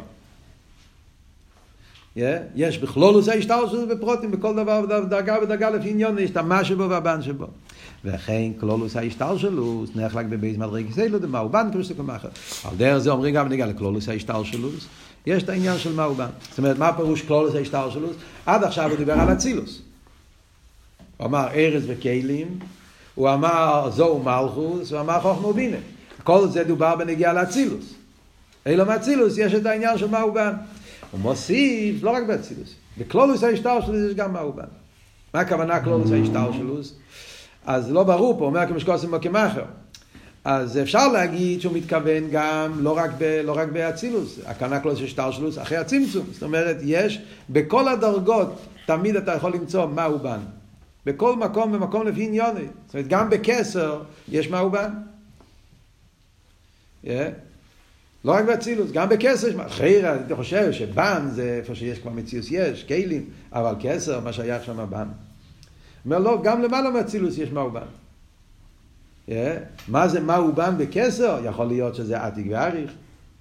יש בכלולוס ההשתלשלות בפרוטים, בכל דבר ודרגה לפי עניון, יש את המה שבו והבן שבו. וכן כלולוס ההשתלשלות נחלק בבייס מדרגה סיילה דמה הוא בן כמו שתקום אחר. על דרך זה אומרים גם נגע לכלולוס ההשתלשלות, יש את העניין של מה הוא בן. זאת אומרת, מה פירוש כלולוס ההשתלשלות? עד עכשיו הוא דיבר על אצילוס. הוא אמר ארז וכלים, הוא אמר זוהר מלכוס, הוא אמר חוכמה ובינה. כל זה דובר בנגיעה לאצילוס. אלא מאצילוס יש את העניין של מה הוא בן. הוא מוסיף, לא רק באצילוס, בכלולוס ההשתלשלות יש גם מה הוא בן. מה הכוונה כלולוס ההשתלשלות? אז לא ברור פה, אומר כמשקוסים וכמחר. אז אפשר להגיד שהוא מתכוון גם לא רק באצילוס, הכוונה כלו של שטלשלוס אחרי הצמצום. זאת אומרת, יש בכל הדרגות, תמיד אתה יכול למצוא מהו בן. בכל מקום ומקום לפי עניוני. זאת אומרת, גם בקסר יש מהו בן. לא רק באצילוס, גם בקסר. אחרי, אני חושב שבן זה איפה שיש כבר מציאוס יש, כלים, אבל קסר, מה שהיה שם בן. אומר לא, גם למעלה מאצילוס יש מהו בן. מה זה מהו בן בקסר? יכול להיות שזה עתיק ואריך.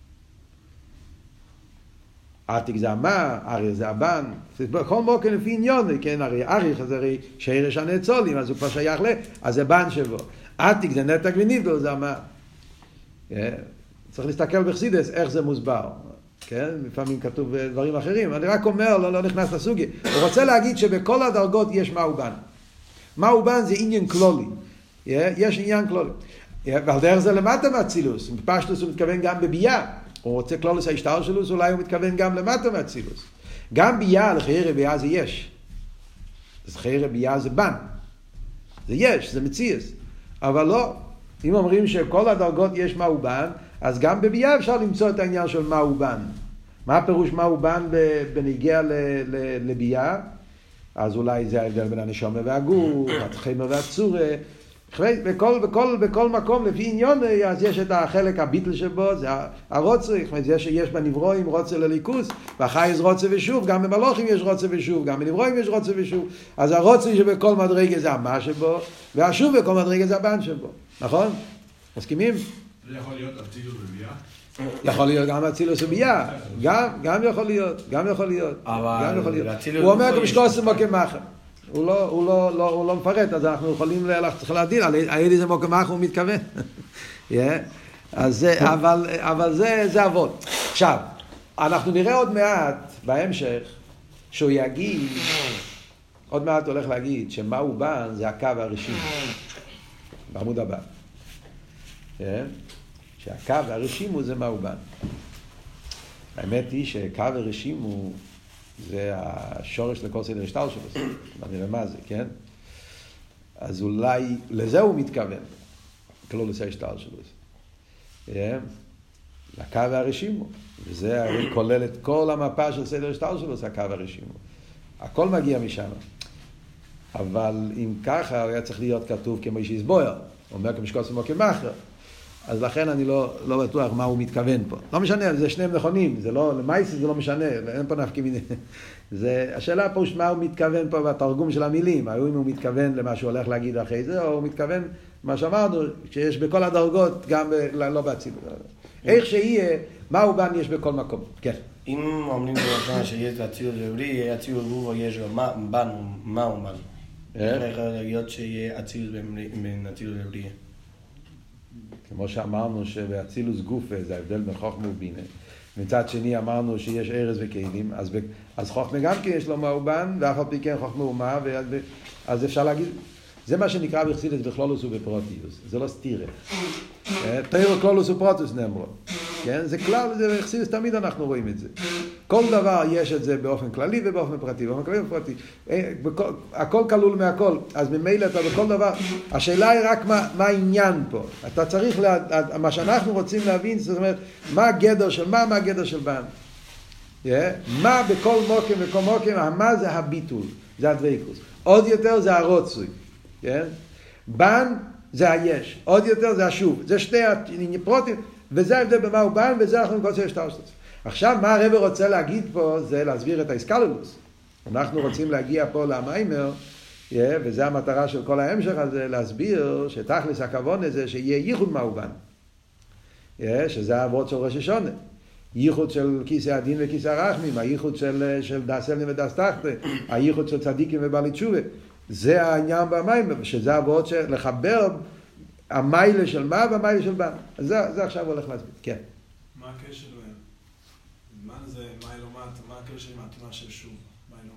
עתיק זה המה, אריך זה הבן. בכל מוקר לפי עניון, כן, הרי אריך זה הרי שרש הנאצולים, אז הוא כבר שייך אז זה בן שבו. עתיק זה נתק וניבדל, זה המה. צריך להסתכל בחסידס איך זה מוסבר. כן, לפעמים כתוב דברים אחרים. אני רק אומר, לא נכנס לסוגיה. הוא רוצה להגיד שבכל הדרגות יש מהו בן. מהו בן זה עניין כלולי. יש עניין כלולי. ועל דרך זה למטה מהצילוס. בפשטוס הוא מתכוון גם בבייה. הוא רוצה כלולוס ההשתער שלו, אולי הוא מתכוון גם למטה מהצילוס. גם בייה, לחייר בייה זה יש. אז חייר בייה זה בן. זה יש, זה מציאס. אבל לא. אם אומרים שכל הדרגות יש מהו בן, אז גם בבייה אפשר למצוא את העניין של מהו בן. מה הפירוש מהו בן בנגיע לבייה? אז אולי זה ההבדל בין הנשמה והגוף, התחמר והצורה. בכל מקום לפי עניון, אז יש את החלק הביטל שבו, זה הרוצה, זה שיש בנברואים רוצה לליכוס, והחייס רוצה ושוב, גם במלוכים יש רוצה ושוב, גם בנברואים יש רוצה ושוב. אז הרוצה שבכל מדרגה זה המה שבו, והשוב בכל מדרגה זה הבן שבו. נכון? מסכימים? זה יכול להיות אצילוס ובייה? יכול להיות גם אצילוס ובייה. גם יכול להיות. גם יכול להיות. הוא אומר כמשקוסם מוקמחה. הוא לא מפרט, אז אנחנו יכולים צריך להדין, על איזה מוקמחה הוא מתכוון. אבל זה עבוד. עכשיו, אנחנו נראה עוד מעט בהמשך, שהוא יגיד, עוד מעט הולך להגיד, שמהו בן זה הקו הראשי. בעמוד הבא. שהקו הרשימו זה מהו בן. האמת היא שקו הרשימו זה השורש לכל סדר השטר שלו. נראה מה זה, כן? אז אולי לזה הוא מתכוון. כלול לסדר השטר שלו. לקו הרשימו. וזה הרי כולל את כל המפה של סדר השטר שלו, זה הקו הרשימו. הכל מגיע משם. אבל אם ככה, הוא היה צריך להיות כתוב כמו איש יסבויר. הוא אומר כמשקוס ומוקמחה. אז לכן אני לא בטוח מה הוא מתכוון פה. לא משנה, זה שניהם נכונים, זה לא, למעשה זה לא משנה, אין פה נפקא מינה. השאלה פה מה הוא מתכוון פה בתרגום של המילים, האם הוא מתכוון למה שהוא הולך להגיד אחרי זה, או הוא מתכוון, מה שאמרנו, שיש בכל הדרגות, גם לא באצילות. איך שיהיה, מהו בן יש בכל מקום. כן. אם אומרים בראשונה שיש אצילות ובריא, אצילות ובריא יש בן, מהו בן? איך יכול להיות שיהיה אצילות בין אצילות ובריא? כמו שאמרנו שבאצילוס גופה זה ההבדל בין חוכמה ובינה. מצד שני אמרנו שיש ארז וכלים, אז חוכמה גם כן יש לו מהו בן, ואף על פי כן חוכמה ומה, אז אפשר להגיד, זה מה שנקרא בחסידות בכלולוס ובפרוטיוס, זה לא סתירה. תאיר כלולוס ופרוטיוס נאמרו. כן? זה כלל, זה בחסידות תמיד אנחנו רואים את זה. כל דבר יש את זה באופן כללי ובאופן פרטי, באופן כללי ופרטי. הכל כלול מהכל, אז ממילא אתה בכל דבר, השאלה היא רק מה העניין פה. אתה צריך, מה שאנחנו רוצים להבין, זאת אומרת, מה הגדר של מה הגדר של בן. מה בכל מוקם וכל מוקם, מה זה הביטול, זה הדוויקוס. עוד יותר זה הרוצוי. בן זה היש, עוד יותר זה השוב. זה שתי פרוטים, וזה ההבדל במה הוא בן, וזה אנחנו נקוצר שטרשטוס. עכשיו, מה הרב רוצה להגיד פה, זה להסביר את האיסקלולוס. אנחנו רוצים להגיע פה למיימר, וזה המטרה של כל ההמשך הזה, להסביר שתכלס הכוון הזה, שיהיה ייחוד מה הוא בן. שזה העבוד של ראש השונה. ייחוד של כיסא הדין וכיסא הרחמים, הייחוד של דס אלם ודס תחתה, הייחוד של צדיקים ובעלי תשובה. זה העניין במיימר, שזה העבוד של לחבר המיילה של מה והמיילה של בן. אז זה עכשיו הולך להסביר. כן. מה הקשר לו? מן זה מיילה מטה, מה הקשר עם התנועה של שוב? מיילה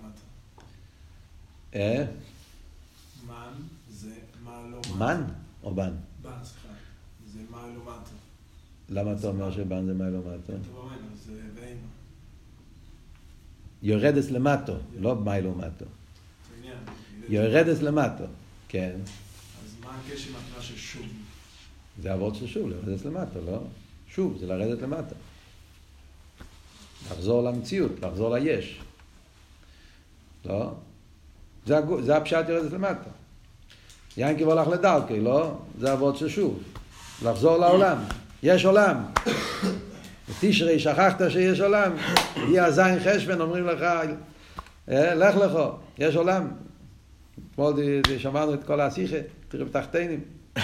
מטה. מן זה מיילה מטה. מן או בן? בן, סליחה. זה מיילה מטה. למה אתה אומר שבן זה מיילה מטה? אתה אומר, זה ואינו. יורדס למטו, לא מיילה מטה. יורדס למטו, כן. אז מה הקשר עם התנועה של שוב? זה עבוד של שוב, לרדת למטה, לא? שוב, זה לרדת למטה. לחזור למציאות, לחזור ליש. לא? זה הפשט יורדת למטה. ינקב הולך לדרכי, לא? זה עבוד של שוב. לחזור לעולם. יש עולם. בתשרי שכחת שיש עולם. יהיה הזין חשבן, אומרים לך, לך לך, יש עולם. אתמול שמענו את כל השיחה, תראה בתחתינים.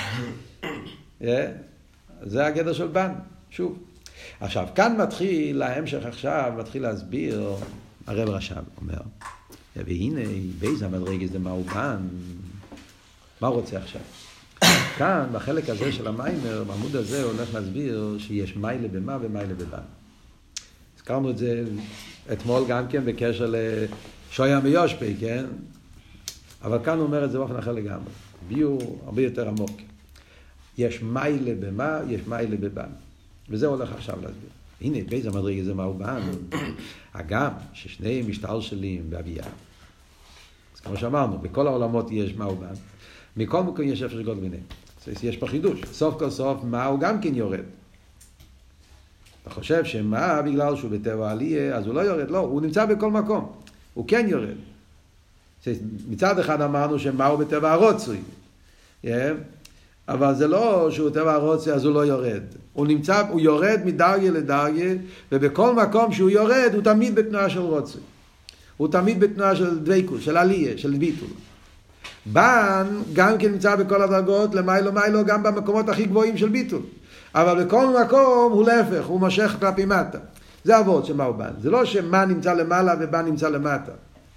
זה הגדר של בן, שוב. עכשיו, כאן מתחיל, ההמשך עכשיו, מתחיל להסביר, הרב רש"ב אומר, והנה, באיזה המדרגה זה מהו בן? מה הוא רוצה עכשיו? כאן, בחלק הזה של המיימר, בעמוד הזה, הוא הולך להסביר שיש מיילה במה ומיילה בבן. הזכרנו את זה אתמול גם כן בקשר לשויה מיושפי, כן? אבל כאן הוא אומר את זה באופן אחר לגמרי. ביור הרבה יותר עמוק. יש מיילה במה, יש מיילה בבן. וזה הולך עכשיו להסביר. הנה, באיזה המדרגה זה מהו בן? הגם ששניהם משתלשלים בהביאה. אז כמו שאמרנו, בכל העולמות יש מהו בן. מכל מקום יש הפרש גדול ביניהם. יש פה חידוש. סוף כל סוף, מה הוא גם כן יורד. אתה חושב שמה בגלל שהוא בטבע עלייה, אז הוא לא יורד. לא, הוא נמצא בכל מקום. הוא כן יורד. מצד אחד אמרנו שמה הוא בטבע הרוצוי. אבל זה לא שהוא בטבע הרוצוי, אז הוא לא יורד. הוא יורד מדרגה לדרגה, ובכל מקום שהוא יורד, הוא תמיד בתנועה של רוצוי. הוא תמיד בתנועה של דבקות, של עלייה, של ביטול. בן גם כן נמצא בכל הדרגות, למיילו, גם במקומות הכי גבוהים של ביטול. אבל בכל מקום הוא להפך, הוא מושך כלפי מטה. זה עבוד שמהו בן. זה לא שמה נמצא למעלה ובן נמצא למטה.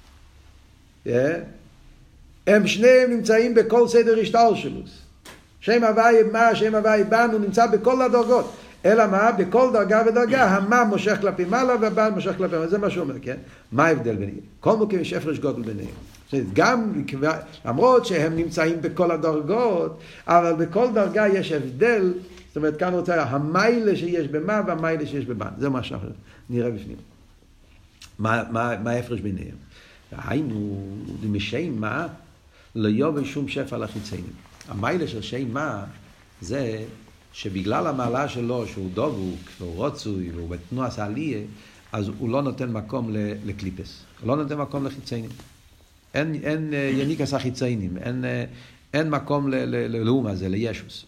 הם שניהם נמצאים בכל סדר השתלשלות. שם הוואי מה, שם הוואי בן, הוא נמצא בכל הדרגות. אלא מה? בכל דרגה ודרגה, המה מושך כלפי מעלה והבן מושך כלפי מעלה. זה מה שהוא אומר, כן? מה ההבדל ביניהם? כל מקום יש הפרש גדול ביניהם. גם, למרות שהם נמצאים בכל הדרגות, אבל בכל דרגה יש הבדל. זאת אומרת, כאן רוצה המיילה שיש במה והמיילה שיש בבן. זה מה שאנחנו נראה בפנים. מה ההפרש ביניהם? היינו, משם מה, לא יובל שום שפע לחיציינים. המיילה של שם מה, זה שבגלל המעלה שלו, שהוא דבוק, והוא רוצוי, והוא בתנועה סעליה, אז הוא לא נותן מקום לקליפס. הוא לא נותן מקום לחיציינים. אין יניקס החיציינים, אין מקום ללאום הזה, לישוס.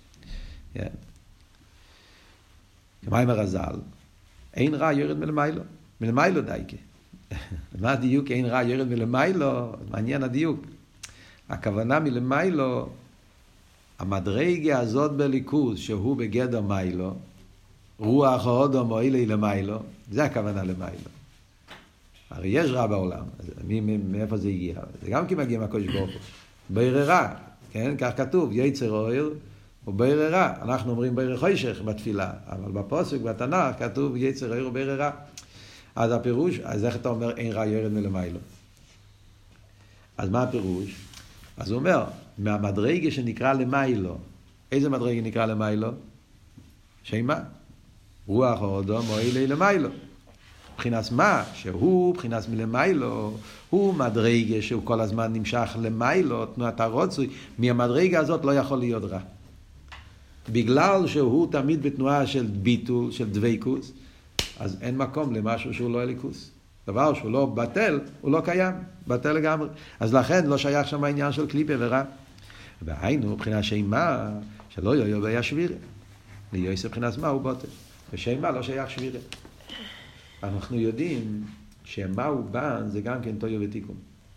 כמיימר הזל, אין רע יורד מלמיילו, מלמיילו דייקה. מה הדיוק אין רע יורד מלמיילו? מעניין הדיוק. הכוונה מלמיילו, המדרגה הזאת בליכוז, שהוא בגדר מיילו, רוח האודו מועילי למיילו, זה הכוונה למיילו. הרי יש רע בעולם, מאיפה זה הגיע? זה גם כי מגיע מהקודש ברוך הוא. ביררה, כן? כך כתוב, יצר אוהל וביררה. אנחנו אומרים בירר חושך בתפילה, אבל בפוסק, בתנ"ך, כתוב יצר אוהל וביררה. אז הפירוש, אז איך אתה אומר אין רע יורד מלמיילו? אז מה הפירוש? אז הוא אומר, מהמדרגה שנקרא למיילו, איזה מדרגה נקרא למיילו? שמה? רוח האודו מועילי למיילו. מבחינת מה? שהוא, מבחינת מלמיילו, הוא מדרגה שהוא כל הזמן נמשך למיילו, תנועת הרוצוי, מהמדרגה הזאת לא יכול להיות רע. בגלל שהוא תמיד בתנועה של ביטול, של דבקות, אז אין מקום למשהו שהוא לא אליקוס. דבר שהוא לא בטל, הוא לא קיים, בטל לגמרי. אז לכן לא שייך שם העניין של קליפה ורע. והיינו, מבחינת שמה, שלא יהיה בעיה שבירה. ליועס מבחינת מה הוא בוטל. ושמה לא שייך שבירה. אנחנו יודעים שמה הוא בן זה גם כן טויו ותיקון.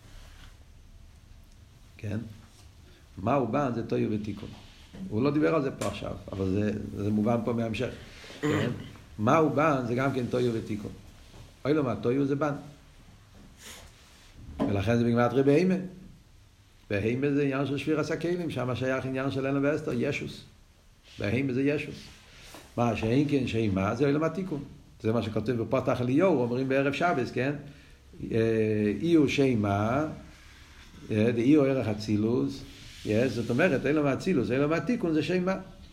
כן? מה הוא בן זה טויו ותיקון. הוא לא דיבר על זה פה עכשיו, אבל זה מובן פה מהמשך. כן? מה הוא בן זה גם כן טויו ותיקון. אוי לא מה, טויו זה בן. ולכן זה בגמטריה בהימה. בהימה זה עניין של שביר הסקלים, שם שייך עניין של אלה ואסתר, ישוס. בהימה זה ישוס. מה שאין כן שמה זה אוי לא מה תיקון. זה מה שכתוב בפתח אליהו, אומרים בערב שבס, כן? אי שמה, אי ערך הצילוס, זאת אומרת, אין לו מהצילוס, אין לו מהתיקון, זה שמה.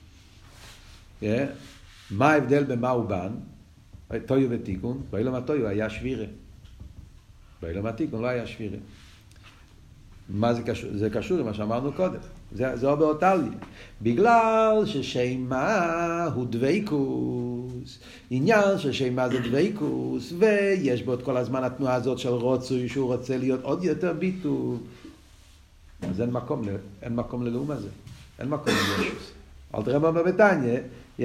מה ההבדל במה הוא בן? טויו ותיקון, ואין לו מהטויו היה שבירה. ואין לו מהתיקון לא היה שבירה. מה זה קשור? זה קשור למה שאמרנו קודם. זה עובר אותליה. בגלל ששימה הוא דוויקוס. עניין ששימה זה דוויקוס, ויש בו את כל הזמן התנועה הזאת של רוצוי, שהוא רוצה להיות עוד יותר ביטול. אז אין מקום ללאום הזה. אין מקום לישוס. אל תראה מה בבתניה,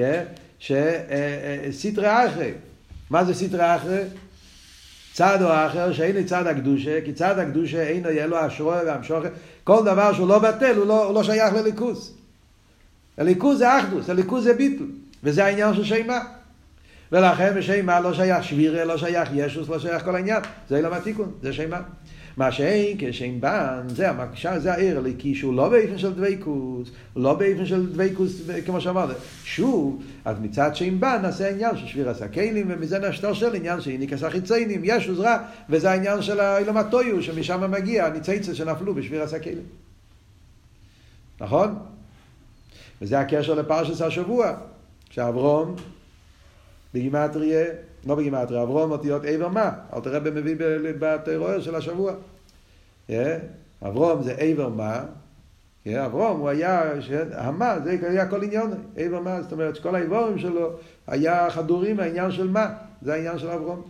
שסתרי אחרי. מה זה סתרי אחרי? צד או אחר שאין צד הקדושה, כי צד הקדושה אין יהיה לו השרועה והמשוכת. כל דבר שהוא לא בטל, הוא לא שייך לליכוז. הליכוז זה אחדוס, הליכוז זה ביטול. וזה העניין של שימה. ולכן בשימה לא שייך שבירה, לא שייך ישוס, לא שייך כל העניין. זה אילם התיקון, זה שימה. מה שאין כשיימבן, זה העיר הליקי שהוא לא באיפן של דוויקוס, לא באיפן של דוויקוס, כמו שאמרת. שוב, אז מצד שיימבן נעשה עניין של שביר הסקלים, ומזה נשתר של עניין של ניקס החיציינים, יש עזרה, וזה העניין של האילום התויו, שמשם מגיע הניצייצה שנפלו בשביר הסקלים. נכון? וזה הקשר לפרשת השבוע, כשאברום, בגימטריה, לא בגימטריה, אברום אותיות עבר מה, אל תראה במביא בתיאוריה של השבוע. אברום זה עבר מה, אברום הוא היה, המה, זה היה כל עניין, עבר מה, זאת אומרת שכל העבורים שלו היה חדורים מהעניין של מה, זה העניין של אברום.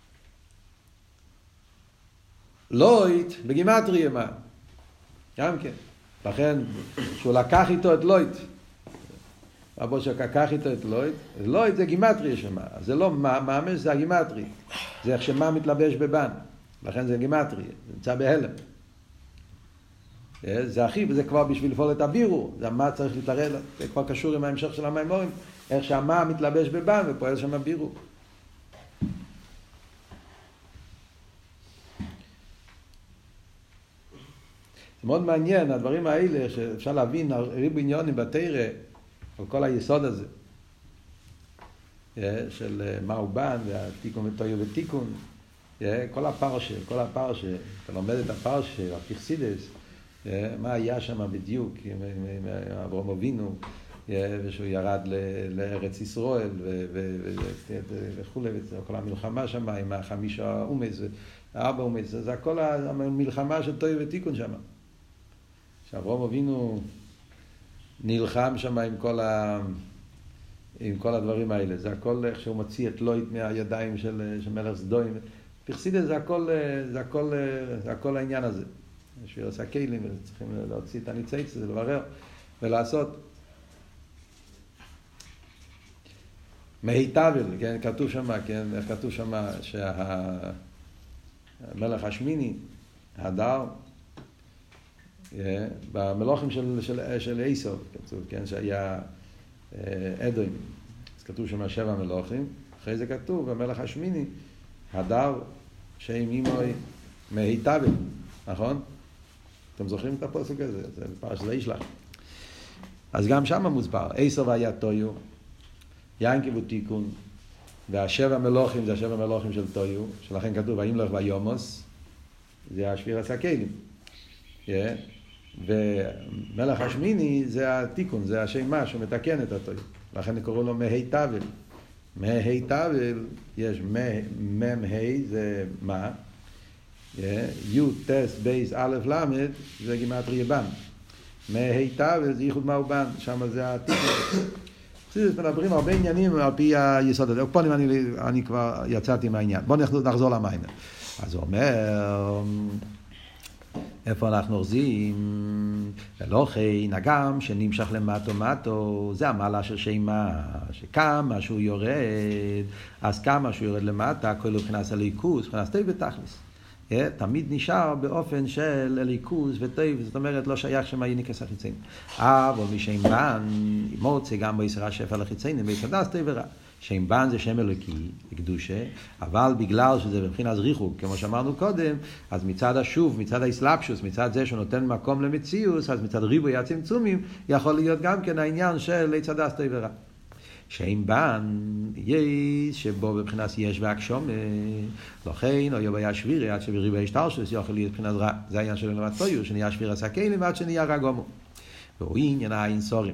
לויט, בגימטריה מה, גם כן, לכן שהוא לקח איתו את לויט, רבו שקח איתו את לויט, לויט זה גימטריה שמה, אז זה לא ממש, זה הגימטרי, זה איך שמה מתלבש בבן, לכן זה גימטריה, זה נמצא בהלם. זה הכי, וזה כבר בשביל לפעול את הבירו, זה מה צריך להתערל, זה כבר קשור עם ההמשך של המיימורים, איך שהמה מתלבש בבן ופועל שם הבירו. זה מאוד מעניין, הדברים האלה שאפשר להבין, ריבו עניונים בתורה, על כל היסוד הזה, של מה הוא בן, והתיקון ותויו ותיקון, כל הפרשה, אתה לומד את הפרשה, הפרסידס, מה היה שם בדיוק, עם אברהם אבינו, ושהוא ירד לארץ ישראל, וכו', וכל המלחמה שם, עם 5 אומץ, 4 אומץ, זה הכל המלחמה של תויו ותיקון שם. שאברהם אבינו נלחם שם עם כל הדברים האלה. זה הכל איך שהוא מוציא את לויט מהידיים של מלך סדום. פרסידס זה הכל העניין הזה. שהוא עושה כלים, צריכים להוציא את הניצייץ, זה לברר ולעשות. מהיטבל, כן, כתוב שם, כן, איך כתוב שם שהמלך השמיני, הדר, במלוכים של איסוב, כתוב, כן, שהיה אדוים, אז כתוב שם 7 מלוכים, אחרי זה כתוב, המלך השמיני, הדר, שם אימוי מהיטבל, נכון? אתם זוכרים את הפסוק הזה? זה פרשת וישלח. אז גם שם מוסבר, איסוב היה טויו, ינקב הוא תיקון, וה7 מלוכים זה 7 מלוכים של טויו, שלכן כתוב, וימלך ויומוס, זה השביר הסקלים. ומלך השמיני זה התיקון, זה השמה שמתקן את הטויו. לכן קוראים לו מהיטבל. מהיטבל יש ממהי זה מה, י' טס בייס א' למד זה גימטריה בן. מהיטבל זה ייחוד מהו בן, שם זה התיקון. מדברים הרבה עניינים על פי היסוד הזה. פה אני כבר יצאתי מהעניין. בואו נחזור למיימר. אז הוא אומר, איפה אנחנו אוחזים? ולוכי נגם שנמשך למטו, זה המעלה של שימה, שכמה שהוא יורד, אז כמה שהוא יורד למטה, כל מבחינת הליכוז, מבחינת טוב ותכלס. תמיד נשאר באופן של הליכוז וטוב, זאת אומרת לא שייך שמה יניקס החיציינים. אבל משיימבן, מוצא גם בישרה שפע לחיציינים, ביסודס טוב ורע. שימבן זה שם אלוקי, קדושה, אבל בגלל שזה מבחינת ריחוק, כמו שאמרנו קודם, אז מצד השוב, מצד האסלאפשוס, מצד זה שנותן מקום למציאוס, אז מצד ריבוי הצמצומים, יכול להיות גם כן העניין של ליצדס טוב ורע. שימבן יש, שבו בבחינת יש והקשום, לכן, או יובע שבירי, עד שבריבוי השתרשוס, יכול להיות מבחינת רע. זה העניין של אלמת טויו, שנהיה שביר הסקלים, ועד שנהיה רע גומו. והוא עניין העין סורים.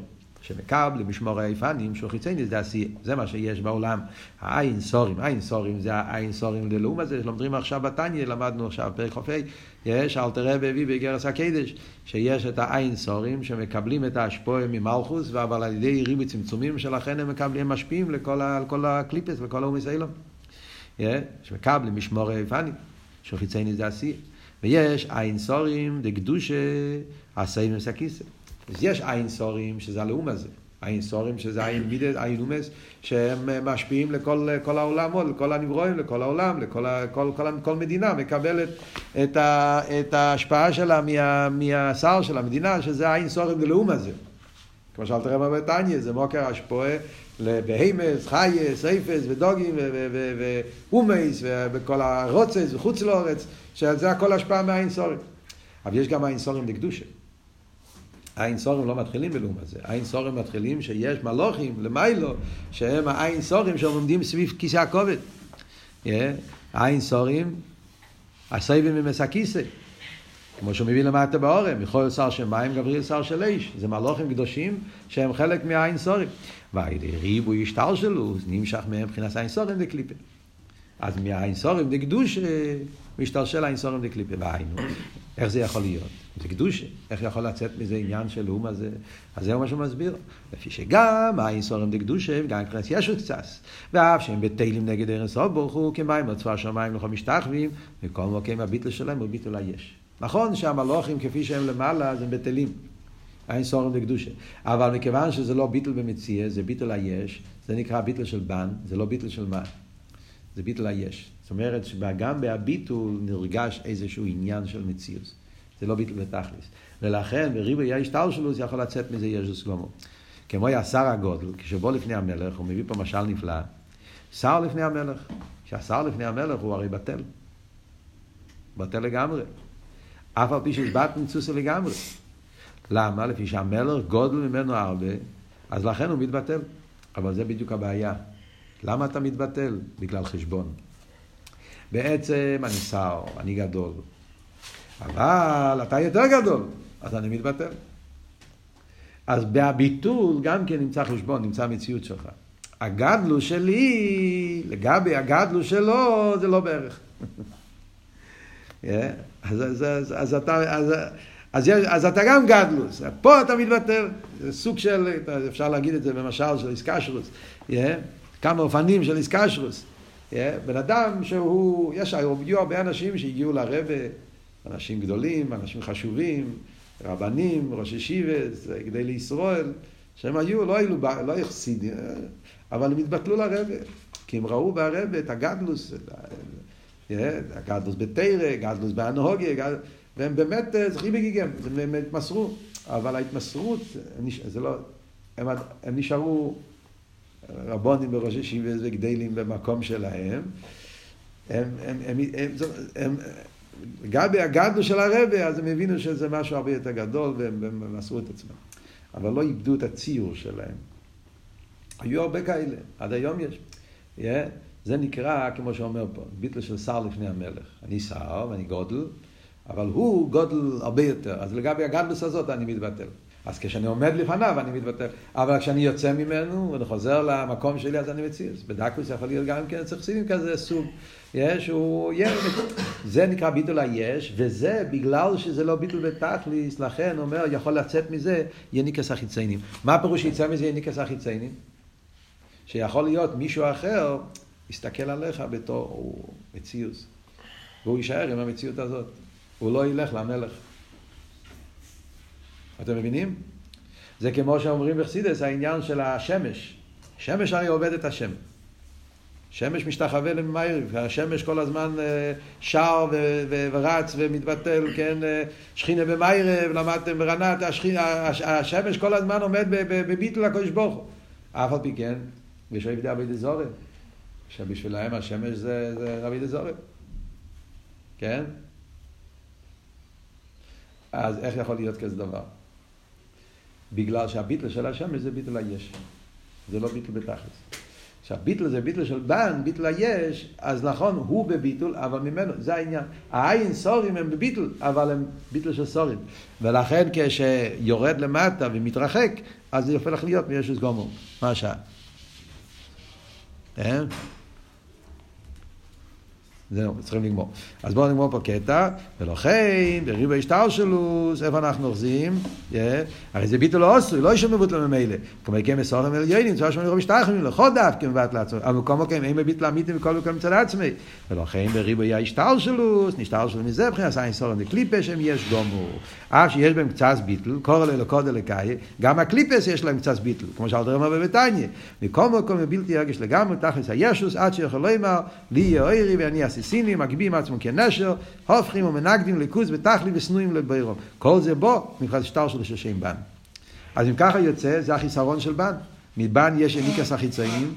שמקבל משמור היפנים שהוא חיצייני זה עשייה, זה מה שיש בעולם. העין סורים זה העין סורים ללאום הזה, שלומדים עכשיו בתניא, למדנו עכשיו פרק חופי, יש אלתר רבי הביא באיגרס הקדש, שיש את העין סורים שמקבלים את ההשפועה ממלכוס, אבל על ידי ריבוי צמצומים שלכן הם מקבלים משפיעים לכל הקליפס וכל האומס אילום. שמקבלים משמור היפנים שהוא חיצייני זה עשייה. ויש עין סורים דקדושה עשאים מסקיסה. אז יש עין סורים שזה הלאום הזה, עין סורים שזה עין מידת, עין אומס, שהם משפיעים לכל העולם, לכל הנברואים, לכל העולם, כל מדינה מקבלת את ההשפעה שלה מהשר של המדינה, שזה עין סורים ללאום הזה. כמו שאלת רב בתניא, זה מוקר השפועה לבהמס, חייס, סייפס ודוגים ואומייס וכל הרוצס וחוץ לאורץ, שזה הכל השפעה מהעין סורים. אבל יש גם עין סורים לקדושה. העין סורים לא מתחילים בלאום הזה. העין סורים מתחילים שיש מלוכים למיילו, שהם העין סורים שעומדים סביב כיסא הכובד. העין סורים, הסייבים ממס הכיסא. כמו שהוא מביא למטה באורם, יכול שר של מים, גבריאל שר של אש. זה מלוכים קדושים שהם חלק מהעין סורים. והידי ריבוי השטר שלו, נמשך מהם מבחינת העין סורים דקליפה. אז מהעין סורים דקדוש, משתלשל העין סורים דקליפה. והיינו, איך זה יכול להיות? זה קדושה. איך יכול לצאת מזה עניין של לאום הזה? אז זהו מה שהוא מסביר. לפי שגם העין סורים דקדושה, וגם מבחינת ישו קצת. ואף שהם בטלים נגד ערס רוב ברוך הוא, כמים לצבא שמיים לכל משתחווים, וכל מוקם הביטל שלהם הוא ביטל היש. נכון שהמלוכים כפי שהם למעלה, אז הם בטלים. עין סורים דקדושה. אבל מכיוון שזה לא ביטל במציאה, זה ביטל היש, זה נקרא ביטל של בן, זה לא ביטל של מה. זה ביטל היש. זאת אומרת שגם בהביטול נרגש איזשהו עניין של מציאות. זה לא ביטל בתכלס. ולכן בריבוי ההשתל שלו זה יכול לצאת מזה ישוס גמור. כמו השר הגודל, כשבוא לפני המלך, הוא מביא פה משל נפלא, שר לפני המלך. כשהשר לפני המלך הוא הרי בטל. בטל לגמרי. אף על פי שהסבט מצוסה לגמרי. למה? לפי שהמלך גודל ממנו הרבה, אז לכן הוא מתבטל. אבל זה בדיוק הבעיה. למה אתה מתבטל? בגלל חשבון. בעצם אני שר, אני גדול. אבל אתה יותר גדול, אז אני מתבטל. אז בהביטול גם כן נמצא חשבון, נמצא המציאות שלך. הגדלו שלי, לגבי הגדלו שלו, זה לא בערך. אז אתה גם גדלוס, פה אתה מתבטל. זה סוג של, אפשר להגיד את זה במשל של איסקשרוס. כמה אופנים של איסקשרוס. בן אדם שהוא, היו הרבה אנשים שהגיעו לרבה, אנשים גדולים, אנשים חשובים, רבנים, ראש ישיבס, כדי לישראל, שהם היו, לא יחסידים, אבל הם התבטלו לרבה, כי הם ראו ברבה את הגדלוס, הגדלוס בתירה, גדלוס בהנהוגיה, והם באמת זכי בגיגם, הם התמסרו, אבל ההתמסרות, הם נשארו רבונים בראש ישיבס וגדלים במקום שלהם, גבי הגדלו של הרבה, אז הם הבינו שזה משהו הרבה יותר גדול, והם מסרו את עצמם. אבל לא איבדו את הציור שלהם. היו הרבה כאלה, עד היום יש. זה נקרא, כמו שאומר פה, ביטל של שר לפני המלך. אני שר ואני גודל, אבל הוא גודל הרבה יותר. אז לגבי הגדלוס הזאת אני מתבטל. אז כשאני עומד לפניו אני מתבטל. אבל כשאני יוצא ממנו ואני חוזר למקום שלי, אז אני מציע. בדקוס יכול להיות גם כן צחסינים כזה סוג. יש, זה נקרא ביטול היש, וזה בגלל שזה לא ביטול בתכליס, לכן אומר, יכול לצאת מזה יניקס החיציינים. מה הפירוש שיצא מזה יניקס החיציינים? שיכול להיות מישהו אחר, יסתכל עליך בתור מציאות, והוא יישאר עם המציאות הזאת. הוא לא ילך למלך. אתם מבינים? זה כמו שאומרים בחסידות, העניין של השמש. שמש הרי עובד את השם. שמש משתחווה למייריב, השמש כל הזמן שר ורץ ומתבטל, כן, שכינה במייריב, למדתם ברנת, השמש כל הזמן עומד בביטול הקודש ברוך הוא. אף על פי כן, יש עבדי עבדי זורם, שבשבילהם השמש זה עבדי זורם. כן? אז איך יכול להיות כזה דבר? בגלל שהביטל של השמש זה ביטל היש. זה לא ביטל בתכלס. עכשיו, ביטל זה ביטל של בן, ביטל היש, אז נכון, הוא בביטל, אבל ממנו, זה העניין. העין סורים הם בביטל, אבל הם ביטל של סורים. ולכן כשיורד למטה ומתרחק, אז זה יופך להיות מישוס גומור. מה השעה? זהו, צריכים לגמור. אז בואו נגמור פה קטע, ולכן, בריבו השתלשלוס, איפה אנחנו אוחזים? הרי זה ביטול לא עשוי, לא יש מבוטל ממילא. כמו יקם מסורים עליונים, צורה שמונה רוב השתלשלוס, לכל דף כמבט לעצמי. אבל כמו כן, אין בביטול אמיתי וכל וכל מצד עצמי. ולכן, בריבו השתלשלוס, נשתלשלוס מזה, בכנס עין סורם דקליפס, הם יש גומור. אף שיש בהם קצת ביטול, קורא ללקוד אלקאי, גם הקליפס יש להם קצת ביטול, כמו שאלתר אומר בבתניא. מכל מקום בלתי ירגש לגמרי, תכלס הישוס, עד שיכול לומר, לי יאוירי ואני סינים, מגביעים עצמם כנשר, הופכים ומנגדים לכוז ותכלי וסנויים לבירום. כל זה בו, מבחינת שטר של שם בן. אז אם ככה יוצא, זה החיסרון של בן. מבן יש הניקס החיצוניים,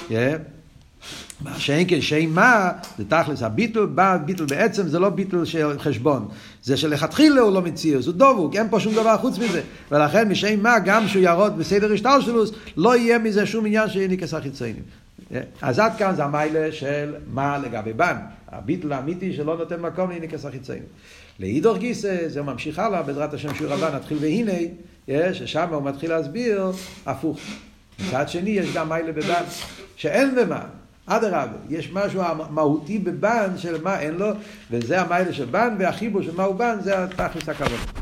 מה שאין כשם מה, זה תכלס הביטל, ביטל בעצם זה לא ביטל של חשבון, זה שלכתחילה הוא לא מציאוס, הוא דבוק, אין פה שום דבר חוץ מזה, ולכן משם מה, גם שהוא ירוד בסדר השתלשלוס, לא יהיה מזה שום עניין שיהיה ניקס החיצוניים. אז עד כאן זה המיילה של מה לגבי בן, הביטל האמיתי שלא נותן מקום לניקס החיצוניים. לאידור גיסא, זה ממשיך הלאה, בעזרת השם שיעור הבא נתחיל והנה, ששם הוא מתחיל להסביר הפוך. מצד שני יש גם מיילה בבן, שאין במה, אדרבה, יש משהו מהותי בבן של מה אין לו, וזה המיילה של בן, והחיבור של מה הוא בן, זה התכלס הכוונה.